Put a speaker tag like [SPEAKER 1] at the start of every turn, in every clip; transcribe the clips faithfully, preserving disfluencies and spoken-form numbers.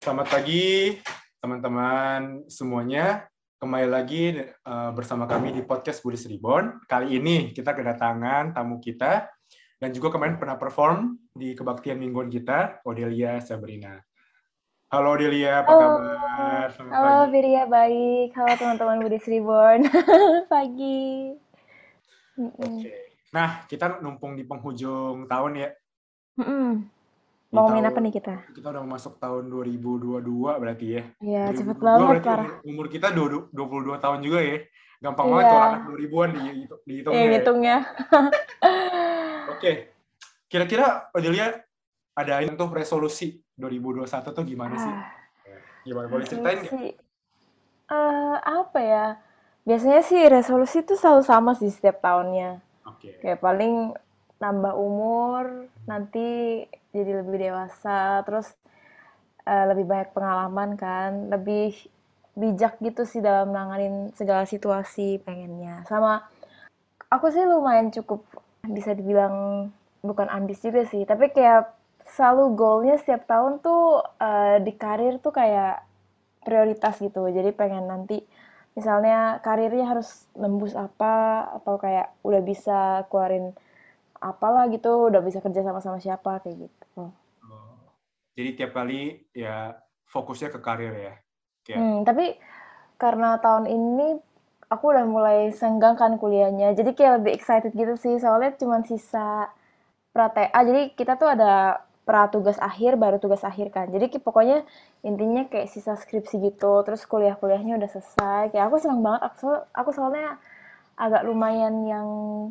[SPEAKER 1] Selamat pagi teman-teman semuanya. Kembali lagi uh, bersama kami di podcast Budis Reborn. Kali ini kita kedatangan tamu kita dan juga kemarin pernah perform di kebaktian mingguan kita, Odelia Sabrina. Halo Odelia, apa
[SPEAKER 2] Halo,
[SPEAKER 1] kabar? Selamat
[SPEAKER 2] halo
[SPEAKER 1] pagi.
[SPEAKER 2] Virya, baik. Halo teman-teman Budis Reborn. Pagi. Mm-mm.
[SPEAKER 1] Oke. Nah, kita numpung di penghujung tahun ya.
[SPEAKER 2] Mm-mm.
[SPEAKER 1] Di
[SPEAKER 2] Mau ngomongin apa
[SPEAKER 1] tahun
[SPEAKER 2] nih kita?
[SPEAKER 1] kita udah masuk tahun dua ribu dua puluh dua berarti ya.
[SPEAKER 2] Ya, cepet
[SPEAKER 1] dua ribu dua puluh dua
[SPEAKER 2] banget,
[SPEAKER 1] berarti
[SPEAKER 2] parah.
[SPEAKER 1] umur, umur kita dua puluh dua tahun juga ya. Gampang banget kalau anak
[SPEAKER 2] Iya,
[SPEAKER 1] dua ribuan di,
[SPEAKER 2] ya
[SPEAKER 1] dihitungnya ya.
[SPEAKER 2] ngitungnya.
[SPEAKER 1] Oke, kira-kira Odelia ada ini tuh resolusi dua ribu dua puluh satu tuh gimana sih?
[SPEAKER 2] Ah,
[SPEAKER 1] Gimana, boleh ceritain nggak?
[SPEAKER 2] resolusi. eh apa ya? Biasanya sih resolusi itu selalu sama sih setiap tahunnya.
[SPEAKER 1] Oke.
[SPEAKER 2] Kayak paling nambah umur, nanti jadi lebih dewasa, terus eh, lebih banyak pengalaman kan, lebih bijak gitu sih dalam nanganin segala situasi pengennya. Sama aku sih lumayan cukup bisa dibilang bukan ambis juga sih, tapi kayak selalu goalnya setiap tahun tuh eh, di karir tuh kayak prioritas gitu. Jadi pengen nanti misalnya karirnya harus nembus apa atau kayak udah bisa keluarin apalah gitu, udah bisa kerja sama sama siapa kayak gitu.
[SPEAKER 1] Oh. Jadi tiap kali ya fokusnya ke karir ya. Kayak,
[SPEAKER 2] Hmm, tapi karena tahun ini aku udah mulai senggang kan kuliahnya. Jadi kayak lebih excited gitu sih. Soalnya cuma sisa pra-T A. Jadi kita tuh ada pra tugas akhir baru tugas akhir kan. Jadi pokoknya intinya kayak sisa skripsi gitu. Terus kuliah-kuliahnya udah selesai. Kayak aku senang banget. Aku, aku soalnya agak lumayan yang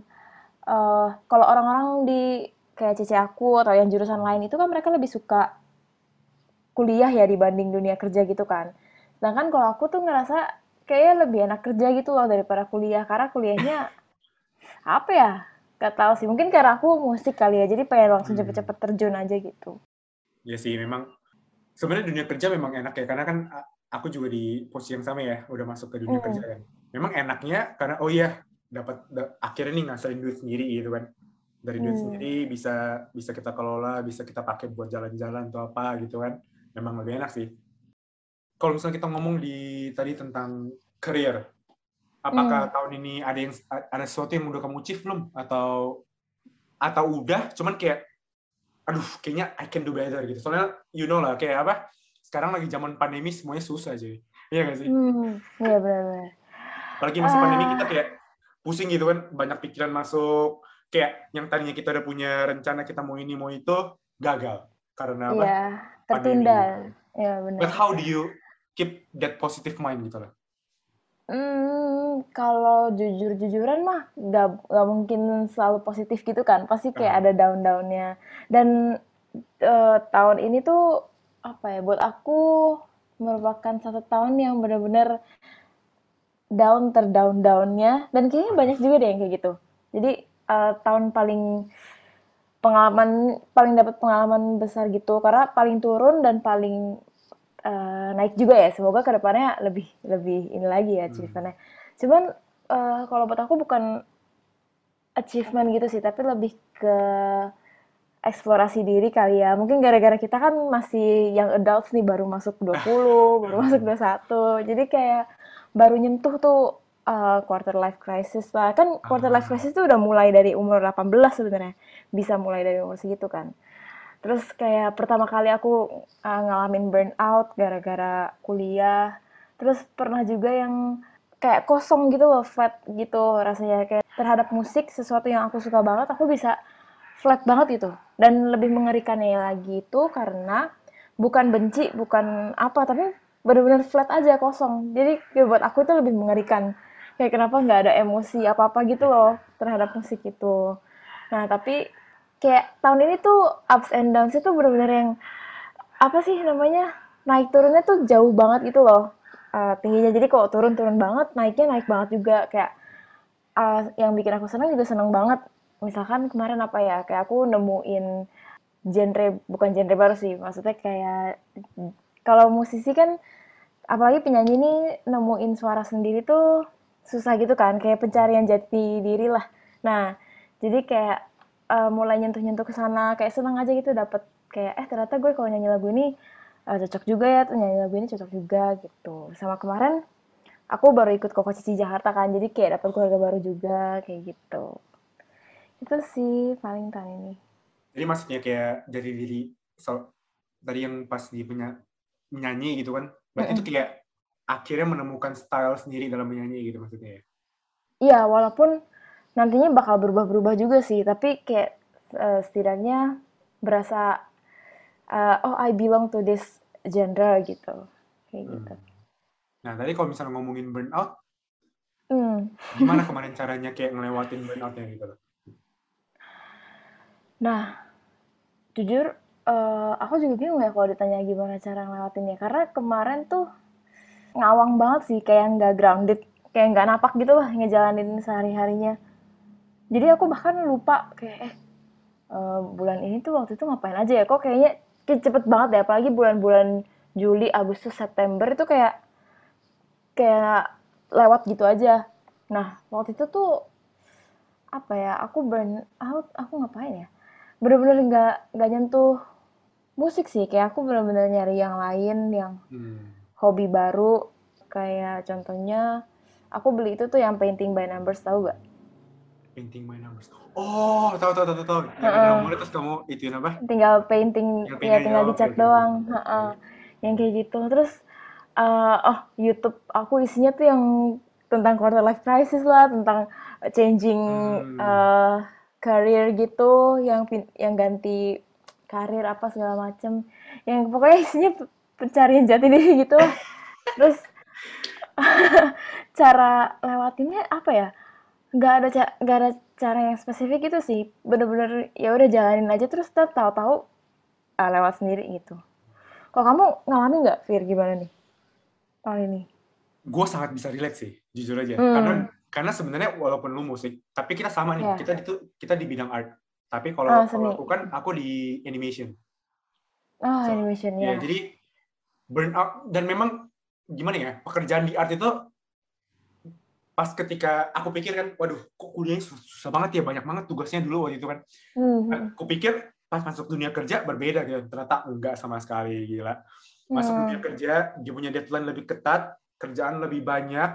[SPEAKER 2] eh kalau orang-orang di kayak C C aku atau yang jurusan lain itu kan mereka lebih suka kuliah ya dibanding dunia kerja gitu kan. Sedangkan kalau aku tuh ngerasa kayaknya lebih enak kerja gitu loh daripada kuliah karena kuliahnya apa ya? Gak tahu sih. Mungkin karena aku musik kali ya, jadi pengen langsung
[SPEAKER 1] hmm,
[SPEAKER 2] cepet-cepet terjun aja gitu.
[SPEAKER 1] ya sih memang sebenarnya dunia kerja memang enak ya karena kan aku juga di posisi yang sama ya, udah masuk ke dunia kerja
[SPEAKER 2] Hmm.
[SPEAKER 1] kan. Memang enaknya karena oh iya dapat da, akhirnya nih ngasilin duit sendiri gitu kan. Dari duit
[SPEAKER 2] Hmm.
[SPEAKER 1] sendiri bisa bisa kita kelola, bisa kita pakai buat jalan-jalan atau apa gitu kan. Memang lebih enak sih. Kalau misalnya kita ngomong di tadi tentang career,
[SPEAKER 2] Hmm.
[SPEAKER 1] apakah tahun ini ada yang ada sesuatu yang udah kamu achieve belum atau atau udah cuman kayak aduh kayaknya I can do better gitu. Soalnya you know lah kayak apa? Sekarang lagi zaman pandemi semuanya susah aja. Iya nggak sih?
[SPEAKER 2] Hmm. Iya benar-benar.
[SPEAKER 1] Apalagi masa pandemi kita
[SPEAKER 2] Ah,
[SPEAKER 1] kayak pusing gitu kan, banyak pikiran masuk, kayak yang tadinya kita udah punya rencana kita mau ini mau itu gagal karena apa?
[SPEAKER 2] iya, tertunda.
[SPEAKER 1] Pandemi gitu.
[SPEAKER 2] Iya
[SPEAKER 1] But
[SPEAKER 2] benar.
[SPEAKER 1] how do you keep that positive mind gitu lah?
[SPEAKER 2] Hmm, kalau jujur-jujuran mah nggak nggak mungkin selalu positif gitu kan. Pasti kayak
[SPEAKER 1] Uh,
[SPEAKER 2] ada down-downnya. Dan eh, tahun ini tuh apa ya? Buat aku merupakan satu tahun yang benar-benar down terdown-downnya. Dan kayaknya banyak
[SPEAKER 1] Waduh.
[SPEAKER 2] juga deh yang kayak gitu. Jadi eh, tahun paling pengalaman paling dapat pengalaman besar gitu karena paling turun dan paling eh, naik juga ya. Semoga kedepannya lebih lebih ini lagi ya
[SPEAKER 1] Hmm.
[SPEAKER 2] achievementnya. Cuman eh, kalau buat aku bukan achievement gitu sih, tapi lebih ke eksplorasi diri kali ya. Mungkin gara-gara kita kan masih yang adults nih baru masuk dua puluh, baru masuk dua puluh satu. Jadi kayak baru nyentuh tuh uh, quarter life crisis lah. Kan quarter life
[SPEAKER 1] Ah,
[SPEAKER 2] crisis tuh udah mulai dari umur delapan belas sebenarnya. Bisa mulai dari umur segitu kan. Terus kayak pertama kali aku uh, ngalamin burnout gara-gara kuliah. Terus pernah juga yang kayak kosong gitu loh, flat gitu rasanya kayak terhadap musik sesuatu yang aku suka banget aku bisa flat banget gitu. Dan lebih mengerikannya lagi itu karena bukan benci, bukan apa, tapi benar-benar flat aja kosong. Jadi kayak buat aku itu lebih mengerikan. Kayak kenapa nggak ada emosi apa-apa gitu
[SPEAKER 1] iya,
[SPEAKER 2] loh
[SPEAKER 1] iya.
[SPEAKER 2] terhadap musik itu. Nah, tapi kayak tahun ini tuh ups and downs itu bener-bener yang apa sih namanya naik turunnya tuh jauh banget gitu loh uh, tingginya. Jadi kalau turun-turun banget, naiknya naik banget juga kayak uh, yang bikin aku senang juga senang banget. Misalkan kemarin apa ya, kayak aku nemuin genre bukan genre baru sih, maksudnya kayak kalau musisi kan apalagi penyanyi ini nemuin suara sendiri tuh susah gitu kan, kayak pencarian jati diri lah. Nah, jadi kayak uh, mulai nyentuh-nyentuh ke sana, kayak senang aja gitu dapet kayak eh ternyata gue kalau nyanyi lagu ini uh, cocok juga ya, nyanyi lagu ini cocok juga gitu. Sama kemarin aku baru ikut Koko Cici Jakarta kan, jadi kayak dapat keluarga baru juga kayak gitu. Itu sih paling tahun ini.
[SPEAKER 1] Jadi maksudnya kayak dari diri so, dari yang pas di menyanyi gitu kan, berarti itu kayak akhirnya menemukan style sendiri dalam menyanyi gitu maksudnya ya?
[SPEAKER 2] Iya, walaupun nantinya bakal berubah-berubah juga sih, tapi kayak uh, setidaknya berasa uh, oh I belong to this genre gitu, kayak
[SPEAKER 1] Hmm.
[SPEAKER 2] gitu.
[SPEAKER 1] Nah tadi kalau misalnya ngomongin burnout,
[SPEAKER 2] Hmm.
[SPEAKER 1] gimana kemarin caranya kayak ngelewatin burnoutnya gitu loh?
[SPEAKER 2] Nah, jujur uh, aku juga bingung ya kalau ditanya gimana cara ngelewatinnya, karena kemarin tuh ngawang banget sih, kayak nggak grounded, kayak nggak napak gitu lah ngejalanin sehari-harinya. Jadi aku bahkan lupa kayak eh uh, bulan ini tuh waktu itu ngapain aja ya, kok kayaknya kayak cepet banget ya, apalagi bulan-bulan Juli, Agustus, September itu kayak kayak lewat gitu aja. Nah, waktu itu tuh apa ya, aku burn out, aku ngapain ya? Bener-bener nggak nggak nyentuh musik sih, kayak aku bener-bener nyari yang lain, yang
[SPEAKER 1] Hmm.
[SPEAKER 2] hobi baru. Kayak contohnya, aku beli itu tuh yang painting by numbers, tahu gak?
[SPEAKER 1] Painting by numbers. Oh, tahu tahu tahu tahu. Yang ada
[SPEAKER 2] Heeh.
[SPEAKER 1] nomornya terus kamu ituin apa?
[SPEAKER 2] Tinggal painting,
[SPEAKER 1] Yang
[SPEAKER 2] ya
[SPEAKER 1] painting
[SPEAKER 2] tinggal
[SPEAKER 1] oh, oke
[SPEAKER 2] dicat
[SPEAKER 1] oke oke.
[SPEAKER 2] doang. Heeh. Yang kayak gitu. Terus uh, oh YouTube aku isinya tuh yang tentang quarter life crisis lah, tentang changing
[SPEAKER 1] Hmm.
[SPEAKER 2] uh, career gitu, yang yang ganti karir apa segala macem, yang pokoknya isinya pencarian jati diri gitu lah. Terus cara lewatinnya apa ya, nggak ada nggak ada cara yang spesifik gitu sih, bener-bener ya udah jalanin aja, terus tahu-tahu uh, lewat sendiri gitu. Kalau kamu ngalamin nggak, Fir, gimana nih tahun ini?
[SPEAKER 1] Gue sangat bisa relate sih, jujur aja. Karena
[SPEAKER 2] Hmm,
[SPEAKER 1] karena sebenarnya walaupun lu musik, tapi kita sama nih.
[SPEAKER 2] ya,
[SPEAKER 1] Kita itu kita di bidang art. Tapi
[SPEAKER 2] ah
[SPEAKER 1] kalau kalau
[SPEAKER 2] seni,
[SPEAKER 1] aku kan aku di animation.
[SPEAKER 2] ah
[SPEAKER 1] So,
[SPEAKER 2] animation
[SPEAKER 1] ya
[SPEAKER 2] ya,
[SPEAKER 1] jadi burnout dan memang gimana ya, pekerjaan di art itu pas ketika aku pikir kan, waduh, kok kuliahnya susah, susah banget ya, banyak banget tugasnya dulu waktu itu kan.
[SPEAKER 2] hmm,
[SPEAKER 1] Aku pikir pas masuk dunia kerja berbeda gitu, ternyata enggak sama sekali, gila. Masuk dunia
[SPEAKER 2] hmm,
[SPEAKER 1] kerja, dia punya deadline lebih ketat, kerjaan lebih banyak,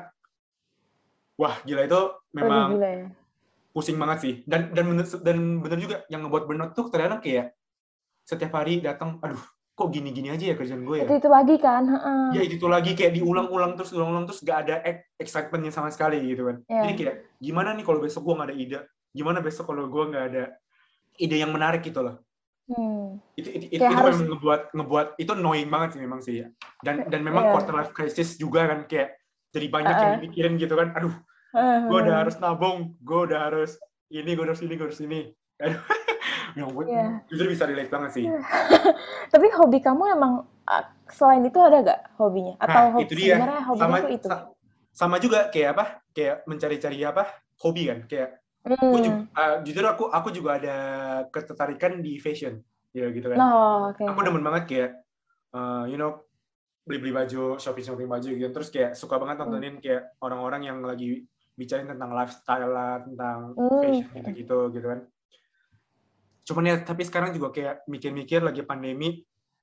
[SPEAKER 1] wah gila itu
[SPEAKER 2] lebih
[SPEAKER 1] memang
[SPEAKER 2] gila ya.
[SPEAKER 1] pusing banget sih. Dan dan bener, dan bener juga yang ngebuat burnout tuh ternyata kayak setiap hari datang, aduh kok gini-gini aja ya kerjaan gue ya.
[SPEAKER 2] Itu itu lagi kan, heeh.
[SPEAKER 1] Ya itu tuh lagi kayak diulang-ulang terus, ulang-ulang terus gak ada excitementnya sama sekali gitu kan. Jadi
[SPEAKER 2] Ya,
[SPEAKER 1] kayak gimana nih kalau besok gue gak ada ide, gimana besok kalau gue gak ada ide yang menarik gitu loh.
[SPEAKER 2] hmm.
[SPEAKER 1] Itu itu, itu,
[SPEAKER 2] Kayak
[SPEAKER 1] itu
[SPEAKER 2] harus,
[SPEAKER 1] memang ngebuat ngebuat itu annoying banget sih memang sih. Dan dan memang
[SPEAKER 2] ya,
[SPEAKER 1] quarter life crisis juga kan, kayak jadi banyak yang
[SPEAKER 2] heeh,
[SPEAKER 1] dipikirin gitu kan. Aduh, gue udah
[SPEAKER 2] heeh,
[SPEAKER 1] harus nabung, gue udah harus ini, gue harus ini, gue harus ini. Aduh, yang
[SPEAKER 2] ya.
[SPEAKER 1] jujur bisa relate banget sih.
[SPEAKER 2] Tapi hobi kamu emang uh, selain itu ada gak hobinya?
[SPEAKER 1] Nah,
[SPEAKER 2] Atau hobi,
[SPEAKER 1] itu dia.
[SPEAKER 2] sebenarnya hobinya tuh
[SPEAKER 1] Sama
[SPEAKER 2] itu?
[SPEAKER 1] sama juga kayak apa? Kayak mencari-cari apa? Hobi kan. Kayak gue juga,
[SPEAKER 2] Hmm.
[SPEAKER 1] uh, jujur aku aku juga ada ketertarikan di fashion, ya gitu kan.
[SPEAKER 2] Oh, oke.
[SPEAKER 1] Aku demen banget kayak, uh, you know, beli-beli baju, shopping-shopping baju gitu. Terus kayak suka banget
[SPEAKER 2] Hmm.
[SPEAKER 1] nontonin kayak orang-orang yang lagi bicarain tentang lifestyle lah, tentang
[SPEAKER 2] Hmm.
[SPEAKER 1] fashion gitu-gitu gitu kan. Cuman ya tapi sekarang juga kayak mikir-mikir lagi pandemi,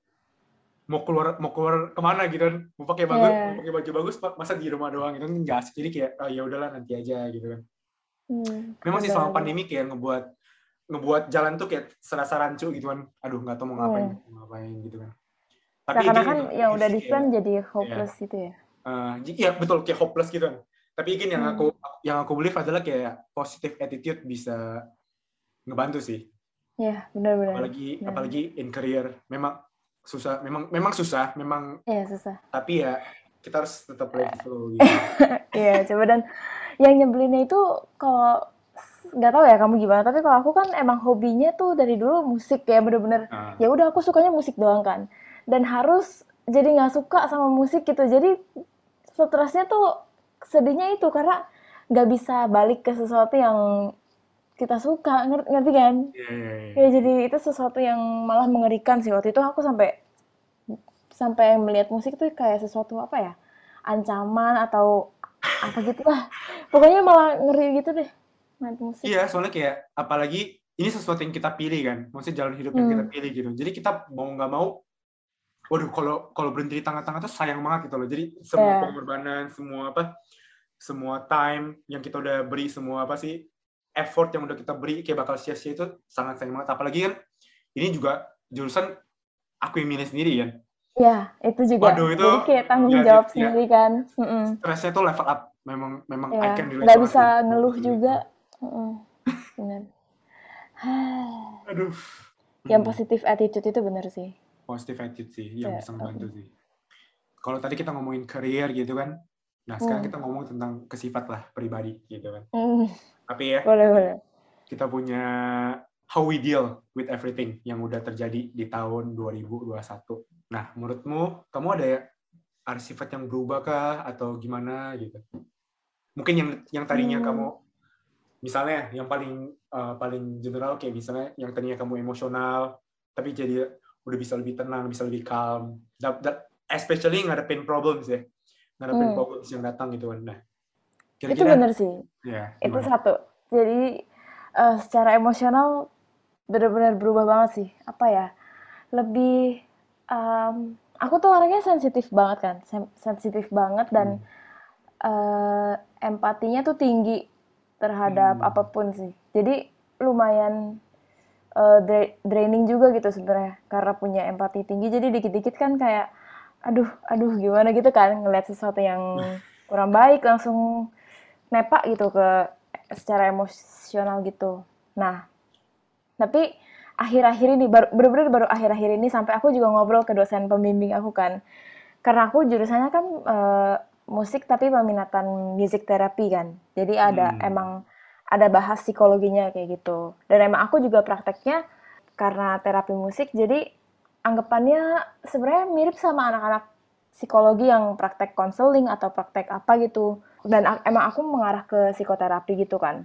[SPEAKER 1] mau keluar mau keluar kemana gitu kan, mau pakai bagus mau
[SPEAKER 2] Ya.
[SPEAKER 1] pakai baju bagus masa di rumah doang gitu kan, nggak asik. Jadi kayak oh, ya udahlah nanti aja gitu kan.
[SPEAKER 2] Hmm.
[SPEAKER 1] Memang sih selama
[SPEAKER 2] Benar-benar.
[SPEAKER 1] pandemi kayak ngebuat ngebuat jalan tuh kayak serasa rancu gitu kan, aduh nggak tahu mau ngapain
[SPEAKER 2] Hmm.
[SPEAKER 1] mau ngapain gitu kan. Tapi again
[SPEAKER 2] Seakan-akan
[SPEAKER 1] yang aku
[SPEAKER 2] yang
[SPEAKER 1] pikir
[SPEAKER 2] udah
[SPEAKER 1] sih
[SPEAKER 2] di
[SPEAKER 1] kayak
[SPEAKER 2] plan jadi
[SPEAKER 1] ya
[SPEAKER 2] hopeless gitu ya.
[SPEAKER 1] uh, iya betul kayak hopeless gitu kan. Tapi again yang
[SPEAKER 2] Hmm.
[SPEAKER 1] aku yang aku believe adalah kayak positive attitude bisa ngebantu sih.
[SPEAKER 2] Ya, benar-benar.
[SPEAKER 1] Apalagi
[SPEAKER 2] Benar.
[SPEAKER 1] apalagi in career memang susah, memang memang susah, memang
[SPEAKER 2] Iya, susah.
[SPEAKER 1] tapi ya kita harus tetap let it flow gitu.
[SPEAKER 2] Iya, coba. Dan yang nyebelinnya itu, kalau nggak tahu ya kamu gimana, tapi kalau aku kan emang hobinya tuh dari dulu musik, ya bener-bener
[SPEAKER 1] Nah,
[SPEAKER 2] ya udah aku sukanya musik doang kan, dan harus jadi nggak suka sama musik gitu, jadi stresnya tuh, sedihnya itu karena nggak bisa balik ke sesuatu yang kita suka, ngerti, ngerti kan?
[SPEAKER 1] ya, ya,
[SPEAKER 2] Ya
[SPEAKER 1] ya.
[SPEAKER 2] jadi itu sesuatu yang malah mengerikan sih. Waktu itu aku sampai sampai melihat musik tuh kayak sesuatu apa ya, ancaman atau apa gitu lah, pokoknya malah ngeri gitu deh main musik.
[SPEAKER 1] Iya, soalnya kayak apalagi ini sesuatu yang kita pilih kan, maksudnya jalan hidup yang kita
[SPEAKER 2] Hmm.
[SPEAKER 1] pilih gitu. Jadi kita mau nggak mau waduh kalau kalau berhenti di tengah-tengah tuh sayang banget gitu loh. Jadi semua
[SPEAKER 2] Yeah.
[SPEAKER 1] pengorbanan, semua apa, semua time yang kita udah beri, semua apa sih, effort yang udah kita beri kayak bakal sia-sia itu sangat sayang banget. Apalagi kan ini juga jurusan aku yang milih sendiri kan.
[SPEAKER 2] Ya, itu juga.
[SPEAKER 1] Waduh itu
[SPEAKER 2] Jadi kayak tanggung
[SPEAKER 1] ya,
[SPEAKER 2] jawab
[SPEAKER 1] ya,
[SPEAKER 2] sendiri kan. Mm-mm.
[SPEAKER 1] stresnya tuh level up. Memang memang I
[SPEAKER 2] Ya,
[SPEAKER 1] can relate
[SPEAKER 2] nggak
[SPEAKER 1] banget
[SPEAKER 2] bisa
[SPEAKER 1] sih.
[SPEAKER 2] ngeluh juga. Mm-mm. Bener.
[SPEAKER 1] Aduh.
[SPEAKER 2] Yang
[SPEAKER 1] Hmm.
[SPEAKER 2] positif attitude itu bener sih.
[SPEAKER 1] Positive attitude sih yang
[SPEAKER 2] Ya,
[SPEAKER 1] bisa membantu
[SPEAKER 2] mm.
[SPEAKER 1] sih. Kalau tadi kita ngomongin career gitu kan, nah sekarang
[SPEAKER 2] Hmm.
[SPEAKER 1] kita ngomong tentang kesifat lah pribadi gitu kan.
[SPEAKER 2] Mm.
[SPEAKER 1] Tapi ya,
[SPEAKER 2] Boleh, boleh.
[SPEAKER 1] kita punya how we deal with everything yang udah terjadi di tahun dua ribu dua puluh satu. Nah, menurutmu kamu ada ada sifat yang berubah kah atau gimana gitu? Mungkin yang yang tadinya
[SPEAKER 2] Hmm.
[SPEAKER 1] kamu misalnya yang paling uh, paling general kayak misalnya yang tadinya kamu emosional tapi jadi udah bisa lebih tenang, bisa lebih calm. That, that, especially ngadepin problems ya. Ngadepin
[SPEAKER 2] Hmm.
[SPEAKER 1] problems yang datang gitu kan. Nah,
[SPEAKER 2] Itu
[SPEAKER 1] kira-kira
[SPEAKER 2] bener sih.
[SPEAKER 1] ya,
[SPEAKER 2] Itu
[SPEAKER 1] gimana?
[SPEAKER 2] satu. Jadi uh, secara emosional benar-benar berubah banget sih. Apa ya? Lebih um, aku tuh orangnya sensitif banget kan. Sen- sensitif banget dan
[SPEAKER 1] Hmm.
[SPEAKER 2] uh, empatinya tuh tinggi terhadap
[SPEAKER 1] Hmm.
[SPEAKER 2] apapun sih. Jadi lumayan uh, dra- draining juga gitu sebenarnya karena punya empati tinggi. Jadi dikit-dikit kan kayak aduh, aduh gimana gitu kan ngeliat sesuatu yang kurang baik langsung nepak gitu ke secara emosional gitu. Nah, tapi akhir-akhir ini baru bener-bener baru akhir-akhir ini sampai aku juga ngobrol ke dosen pembimbing aku kan. Karena aku jurusannya kan uh, musik tapi peminatan music therapy kan. Jadi ada
[SPEAKER 1] Hmm.
[SPEAKER 2] emang ada bahas psikologinya kayak gitu. Dan emang aku juga prakteknya karena terapi musik jadi anggapannya sebenarnya mirip sama anak-anak psikologi yang praktek konseling atau praktek apa gitu. Dan emang aku mengarah ke psikoterapi gitu kan.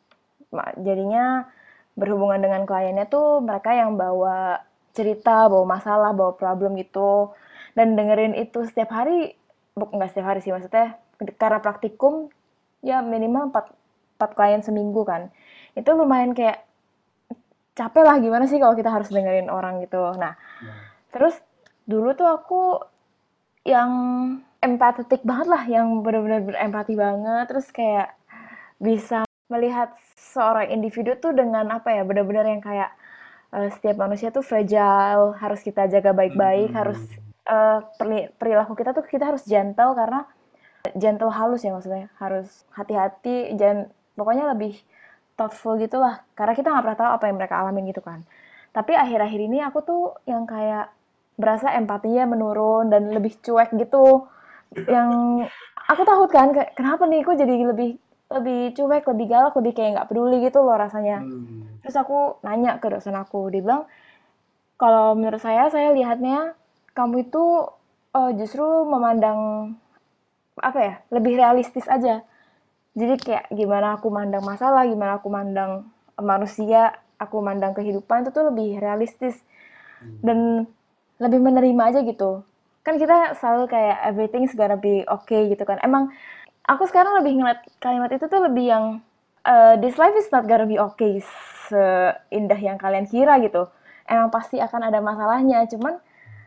[SPEAKER 2] Jadinya berhubungan dengan kliennya tuh mereka yang bawa cerita, bawa masalah, bawa problem gitu. Dan dengerin itu setiap hari, bukan nggak setiap hari sih maksudnya, karena praktikum ya minimal empat, empat klien seminggu kan. Itu lumayan kayak capek lah gimana sih kalau kita harus dengerin orang gitu. Nah,
[SPEAKER 1] Yeah.
[SPEAKER 2] terus dulu tuh aku yang empathetic banget lah, yang benar-benar berempati banget, terus kayak bisa melihat seorang individu tuh dengan apa ya, benar-benar yang kayak uh, setiap manusia tuh fragile, harus kita jaga baik-baik, harus
[SPEAKER 1] Hmm.
[SPEAKER 2] uh, perilaku kita tuh kita harus gentle karena gentle halus ya maksudnya, harus hati-hati, jangan pokoknya lebih thoughtful gitulah, karena kita nggak pernah tahu apa yang mereka alamin gitu kan. Tapi akhir-akhir ini aku tuh yang kayak berasa empatinya menurun dan lebih cuek gitu. Yang aku takut kan, kenapa nih kok jadi lebih lebih cuek, lebih galak, lebih kayak nggak peduli gitu loh rasanya.
[SPEAKER 1] Hmm.
[SPEAKER 2] Terus aku nanya ke dosen aku, dia bilang, kalau menurut saya, saya lihatnya kamu itu uh, justru memandang apa ya, lebih realistis aja. Jadi kayak gimana aku mandang masalah, gimana aku mandang manusia, aku mandang kehidupan itu tuh lebih realistis dan lebih menerima aja gitu. Kan kita selalu kayak everything's gonna be okay gitu kan. Emang aku sekarang lebih ngeliat kalimat itu tuh lebih yang uh, this life is not gonna be okay seindah yang kalian kira gitu. Emang pasti akan ada masalahnya, cuman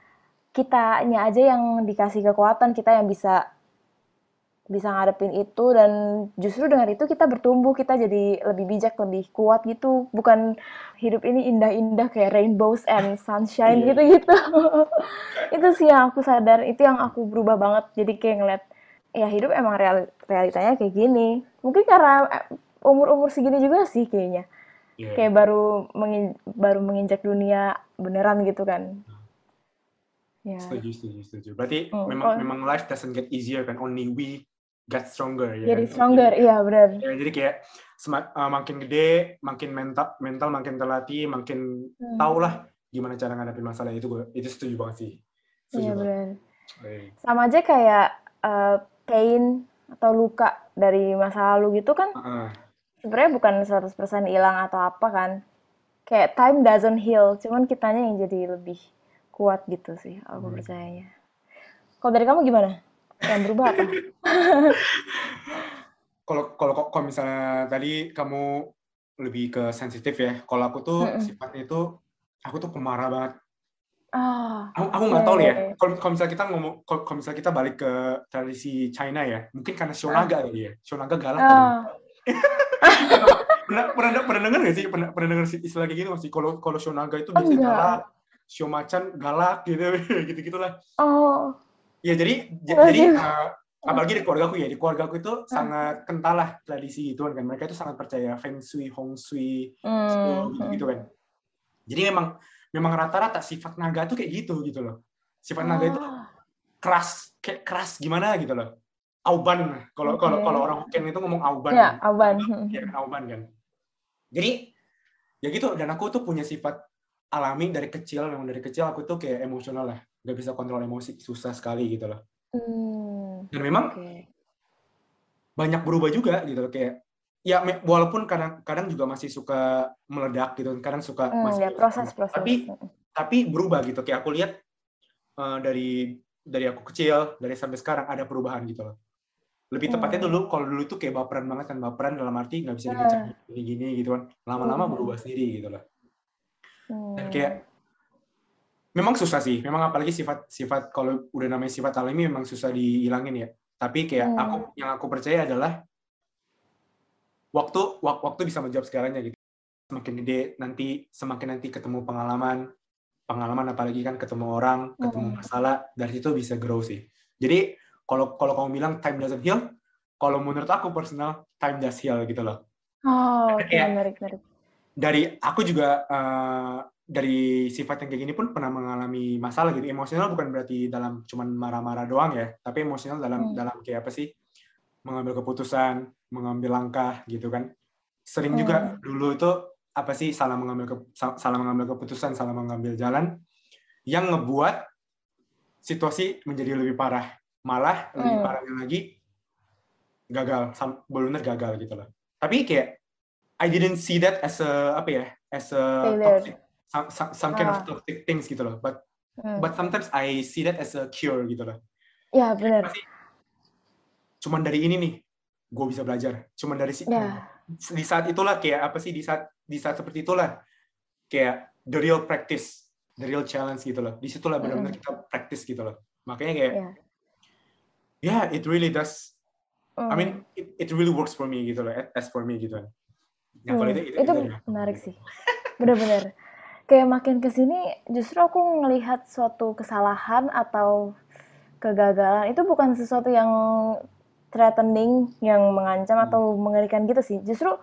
[SPEAKER 2] kitanya aja yang dikasih kekuatan, kita yang bisa bisa ngadepin itu dan justru dengan itu kita bertumbuh, kita jadi lebih bijak, lebih kuat gitu. Bukan hidup ini indah-indah kayak rainbows and sunshine
[SPEAKER 1] Iya.
[SPEAKER 2] gitu-gitu. Itu sih yang aku sadar, itu yang aku berubah banget. Jadi kayak ngeliat, ya hidup emang real, realitanya kayak gini. Mungkin karena umur-umur segini juga sih kayaknya.
[SPEAKER 1] Yeah.
[SPEAKER 2] Kayak baru mengin, baru menginjak dunia beneran gitu kan. Ya.
[SPEAKER 1] Setuju, setuju, setuju. Berarti
[SPEAKER 2] Hmm,
[SPEAKER 1] memang
[SPEAKER 2] oh.
[SPEAKER 1] memang life doesn't get easier kan, only we get stronger ya
[SPEAKER 2] Jadi
[SPEAKER 1] kan.
[SPEAKER 2] stronger, iya benar.
[SPEAKER 1] Ya, jadi kayak semak, uh, makin gede, makin mental, mental makin terlatih, makin
[SPEAKER 2] Hmm.
[SPEAKER 1] tau lah gimana cara ngadepin masalah itu. Gue itu setuju banget sih. Setuju
[SPEAKER 2] Iya
[SPEAKER 1] banget.
[SPEAKER 2] benar.
[SPEAKER 1] Hey.
[SPEAKER 2] Sama aja kayak uh, pain atau luka dari masa lalu gitu kan.
[SPEAKER 1] Uh-uh.
[SPEAKER 2] Sebenarnya bukan seratus persen hilang atau apa kan. Kayak time doesn't heal, cuman kitanya yang jadi lebih kuat gitu sih, aku
[SPEAKER 1] Hmm.
[SPEAKER 2] percayanya. Kalau dari kamu gimana? Yang berubah apa?
[SPEAKER 1] Kalau kalau kalau misalnya tadi kamu lebih ke sensitif ya. Kalau aku tuh
[SPEAKER 2] Mm-mm.
[SPEAKER 1] sifatnya itu aku tuh pemarah banget.
[SPEAKER 2] Ah,
[SPEAKER 1] Aku aku
[SPEAKER 2] ya,
[SPEAKER 1] nggak tahu
[SPEAKER 2] ya,
[SPEAKER 1] nih ya.
[SPEAKER 2] ya.
[SPEAKER 1] Kalau kalau misalnya kita ngomong, kalau kalau misalnya kita balik ke tradisi China ya, mungkin karena
[SPEAKER 2] Ah,
[SPEAKER 1] Shonaga kali ya. Shonaga galak kali.
[SPEAKER 2] ah,
[SPEAKER 1] Pernah pernah pernah dengar nggak sih? Pernah pernah dengar istilah kayak gitu nggak sih? Kalau kalau Shonaga itu
[SPEAKER 2] oh,
[SPEAKER 1] biasanya
[SPEAKER 2] enggak,
[SPEAKER 1] galak,
[SPEAKER 2] enggak.
[SPEAKER 1] Shomacan galak gitu, gitu gitulah.
[SPEAKER 2] Oh,
[SPEAKER 1] Ya jadi j-
[SPEAKER 2] enggak
[SPEAKER 1] jadi
[SPEAKER 2] sih.
[SPEAKER 1] uh,
[SPEAKER 2] Ah,
[SPEAKER 1] apalagi di keluargaku ya, di keluargaku itu
[SPEAKER 2] ah.
[SPEAKER 1] sangat kental lah tradisi itu kan. Mereka itu sangat percaya feng shui, hong shui,
[SPEAKER 2] Hmm,
[SPEAKER 1] gitu-gitu
[SPEAKER 2] hmm.
[SPEAKER 1] kan. Jadi memang memang rata-rata sifat naga tuh kayak gitu gitu loh. Sifat naga itu
[SPEAKER 2] Ah,
[SPEAKER 1] keras, kayak keras gimana gitu loh. Auban, kalau
[SPEAKER 2] oke.
[SPEAKER 1] kalau kalau orang Hokkien itu ngomong auban kan.
[SPEAKER 2] Ya, awan.
[SPEAKER 1] Ya
[SPEAKER 2] Hmm,
[SPEAKER 1] kan auban kan. Jadi ya gitu, dan aku tuh punya sifat alami dari kecil, memang dari kecil aku tuh kayak emosional lah, nggak bisa kontrol emosi, susah sekali gitu loh.
[SPEAKER 2] hmm,
[SPEAKER 1] Dan memang
[SPEAKER 2] oke.
[SPEAKER 1] banyak berubah juga gitu loh, kayak ya walaupun kadang-kadang juga masih suka meledak gitu, kadang suka
[SPEAKER 2] Hmm,
[SPEAKER 1] masih
[SPEAKER 2] ya, proses-proses.
[SPEAKER 1] tapi tapi berubah gitu, kayak aku lihat uh, dari dari aku kecil, dari sampai sekarang ada perubahan gitu loh. Lebih tepatnya
[SPEAKER 2] Hmm.
[SPEAKER 1] dulu, kalau dulu itu kayak baperan banget kan, baperan dalam arti nggak bisa dikecek
[SPEAKER 2] Nah,
[SPEAKER 1] gini-gini gitu kan, lama-lama
[SPEAKER 2] hmm,
[SPEAKER 1] berubah sendiri gitu loh. Dan
[SPEAKER 2] hmm,
[SPEAKER 1] kayak memang susah sih, memang apalagi sifat-sifat kalau udah namanya sifat alami memang susah dihilangin ya. Tapi kayak
[SPEAKER 2] hmm,
[SPEAKER 1] aku yang aku percaya adalah waktu waktu bisa menjawab segalanya gitu. Semakin gede nanti, semakin nanti ketemu pengalaman, pengalaman apalagi kan ketemu orang, ketemu
[SPEAKER 2] hmm.
[SPEAKER 1] masalah, dari situ bisa grow sih. Jadi kalau kalau kamu bilang time doesn't heal, kalau menurut aku personal time does heal gitu loh.
[SPEAKER 2] Oh,
[SPEAKER 1] Karena
[SPEAKER 2] oke,
[SPEAKER 1] kayak
[SPEAKER 2] menarik, menarik.
[SPEAKER 1] dari aku juga uh, dari sifat yang kayak gini pun pernah mengalami masalah gitu. Emosional bukan berarti dalam cuman marah-marah doang ya, tapi emosional dalam
[SPEAKER 2] Hmm,
[SPEAKER 1] dalam kayak apa sih? Mengambil keputusan, mengambil langkah gitu kan. Sering juga
[SPEAKER 2] hmm,
[SPEAKER 1] dulu itu apa sih salah mengambil ke, salah mengambil keputusan, salah mengambil jalan yang ngebuat situasi menjadi lebih parah. Malah lebih
[SPEAKER 2] hmm.
[SPEAKER 1] parahnya lagi gagal, benar gagal gitu loh. Tapi kayak I didn't see that as a apa ya, as a
[SPEAKER 2] Failure.
[SPEAKER 1] toxic, some, some, some kind of
[SPEAKER 2] Ah,
[SPEAKER 1] toxic things gitu loh. But
[SPEAKER 2] hmm.
[SPEAKER 1] but sometimes I see that as a cure gitu loh.
[SPEAKER 2] Ya, benar.
[SPEAKER 1] Pasti cuman dari ini nih, gue bisa belajar. Cuman dari si,
[SPEAKER 2] Ya,
[SPEAKER 1] di saat itulah kayak apa sih, di saat di saat seperti itulah kayak the real practice, the real challenge gitu loh. Disitulah benar-benar
[SPEAKER 2] mm-mm.
[SPEAKER 1] kita practice gitu loh. Makanya kayak
[SPEAKER 2] Ya.
[SPEAKER 1] yeah, it really does. I
[SPEAKER 2] Hmm.
[SPEAKER 1] mean, it, it really works for me gitu loh, as for me gitu kan. Nah kalau
[SPEAKER 2] Hmm.
[SPEAKER 1] itu itu,
[SPEAKER 2] Itu
[SPEAKER 1] itu dari aku
[SPEAKER 2] menarik
[SPEAKER 1] gitu.
[SPEAKER 2] sih. Benar-benar. Kayak makin ke sini justru aku ngelihat suatu kesalahan atau kegagalan itu bukan sesuatu yang threatening, yang mengancam
[SPEAKER 1] Hmm.
[SPEAKER 2] atau mengerikan gitu sih. Justru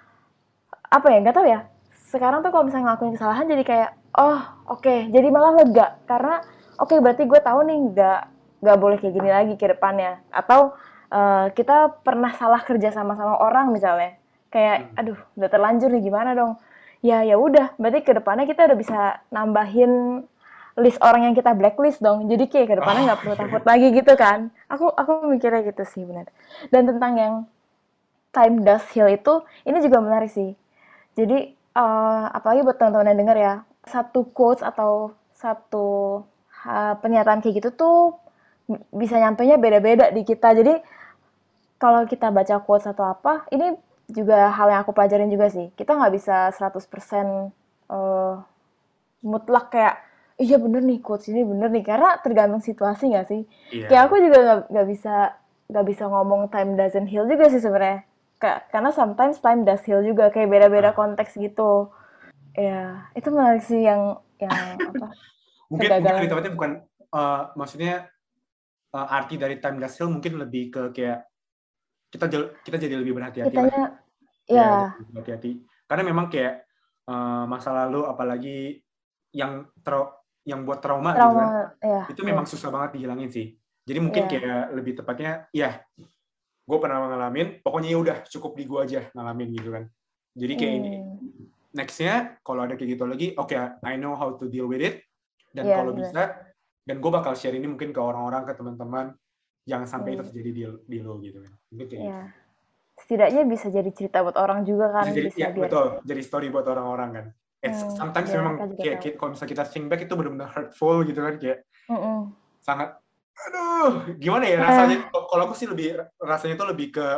[SPEAKER 2] apa ya, nggak tahu ya. Sekarang tuh kalau misalnya ngelakuin kesalahan jadi kayak, oh oke, okay. Jadi malah lega karena oke okay, berarti gue tahu nih nggak nggak boleh kayak gini lagi ke depannya. Atau uh, kita pernah salah kerja sama sama orang misalnya, kayak
[SPEAKER 1] Hmm.
[SPEAKER 2] aduh udah terlanjur nih gimana dong? Ya ya udah, berarti ke depannya kita udah bisa nambahin list orang yang kita blacklist dong. Jadi kayak ke depannya
[SPEAKER 1] Oh,
[SPEAKER 2] nggak perlu takut lagi gitu kan. Aku aku mikirnya gitu sih benar. Dan tentang yang time does heal itu, ini juga menarik sih. Jadi, uh, apalagi buat teman-teman yang denger ya, satu quotes atau satu uh, pernyataan kayak gitu tuh bisa nyampainya beda-beda di kita. Jadi, kalau kita baca quotes atau apa, ini juga hal yang aku pelajarin juga sih. Kita nggak bisa seratus persen uh, mutlak kayak, iya bener nih quotes ini bener nih. Karena tergantung situasi nggak sih? Kayak
[SPEAKER 1] iya.
[SPEAKER 2] aku juga nggak nggak bisa nggak bisa ngomong time doesn't heal juga sih sebenarnya. Karena sometimes time does heal juga, kayak beda-beda
[SPEAKER 1] Nah,
[SPEAKER 2] konteks gitu. Ya, itu menarik sih yang yang apa?
[SPEAKER 1] mungkin mungkin lebih
[SPEAKER 2] Kegagalan.
[SPEAKER 1] tepatnya bukan uh, maksudnya uh, arti dari time does heal mungkin lebih ke kayak kita kita jadi lebih berhati-hati lah.
[SPEAKER 2] Kitanya
[SPEAKER 1] Ya, jadi
[SPEAKER 2] ya
[SPEAKER 1] lebih berhati-hati. Karena memang kayak uh, masa lalu apalagi yang trau yang buat trauma gitu kan.
[SPEAKER 2] trauma ya,
[SPEAKER 1] Itu memang
[SPEAKER 2] benar.
[SPEAKER 1] susah banget dihilangin sih. Jadi mungkin
[SPEAKER 2] Ya.
[SPEAKER 1] kayak lebih tepatnya ya gue pernah ngalamin, pokoknya ya udah cukup di gue aja ngalamin gitu kan. Jadi kayak ini
[SPEAKER 2] Hmm,
[SPEAKER 1] nextnya kalau ada kayak gitu lagi, oke okay, I know how to deal with it. Dan
[SPEAKER 2] ya
[SPEAKER 1] kalau
[SPEAKER 2] benar.
[SPEAKER 1] bisa, dan gue bakal share ini mungkin ke orang-orang, ke teman-teman, jangan sampai itu
[SPEAKER 2] Hmm,
[SPEAKER 1] terjadi di, di lo gitu kan. Mungkin kayak gitu.
[SPEAKER 2] ya. Setidaknya bisa jadi cerita buat orang juga
[SPEAKER 1] Bisa
[SPEAKER 2] kan,
[SPEAKER 1] jadi,
[SPEAKER 2] bisa
[SPEAKER 1] ya
[SPEAKER 2] biar
[SPEAKER 1] betul, jadi story buat orang-orang kan. It's,
[SPEAKER 2] hmm,
[SPEAKER 1] sometimes
[SPEAKER 2] biar
[SPEAKER 1] memang
[SPEAKER 2] mereka juga
[SPEAKER 1] kayak,
[SPEAKER 2] tahu.
[SPEAKER 1] kayak kalau misalnya kita think back itu benar-benar hurtful gitu kan, kayak
[SPEAKER 2] Mm-mm.
[SPEAKER 1] sangat, aduh, gimana ya rasanya?
[SPEAKER 2] Eh,
[SPEAKER 1] Kalau aku sih lebih rasanya itu lebih ke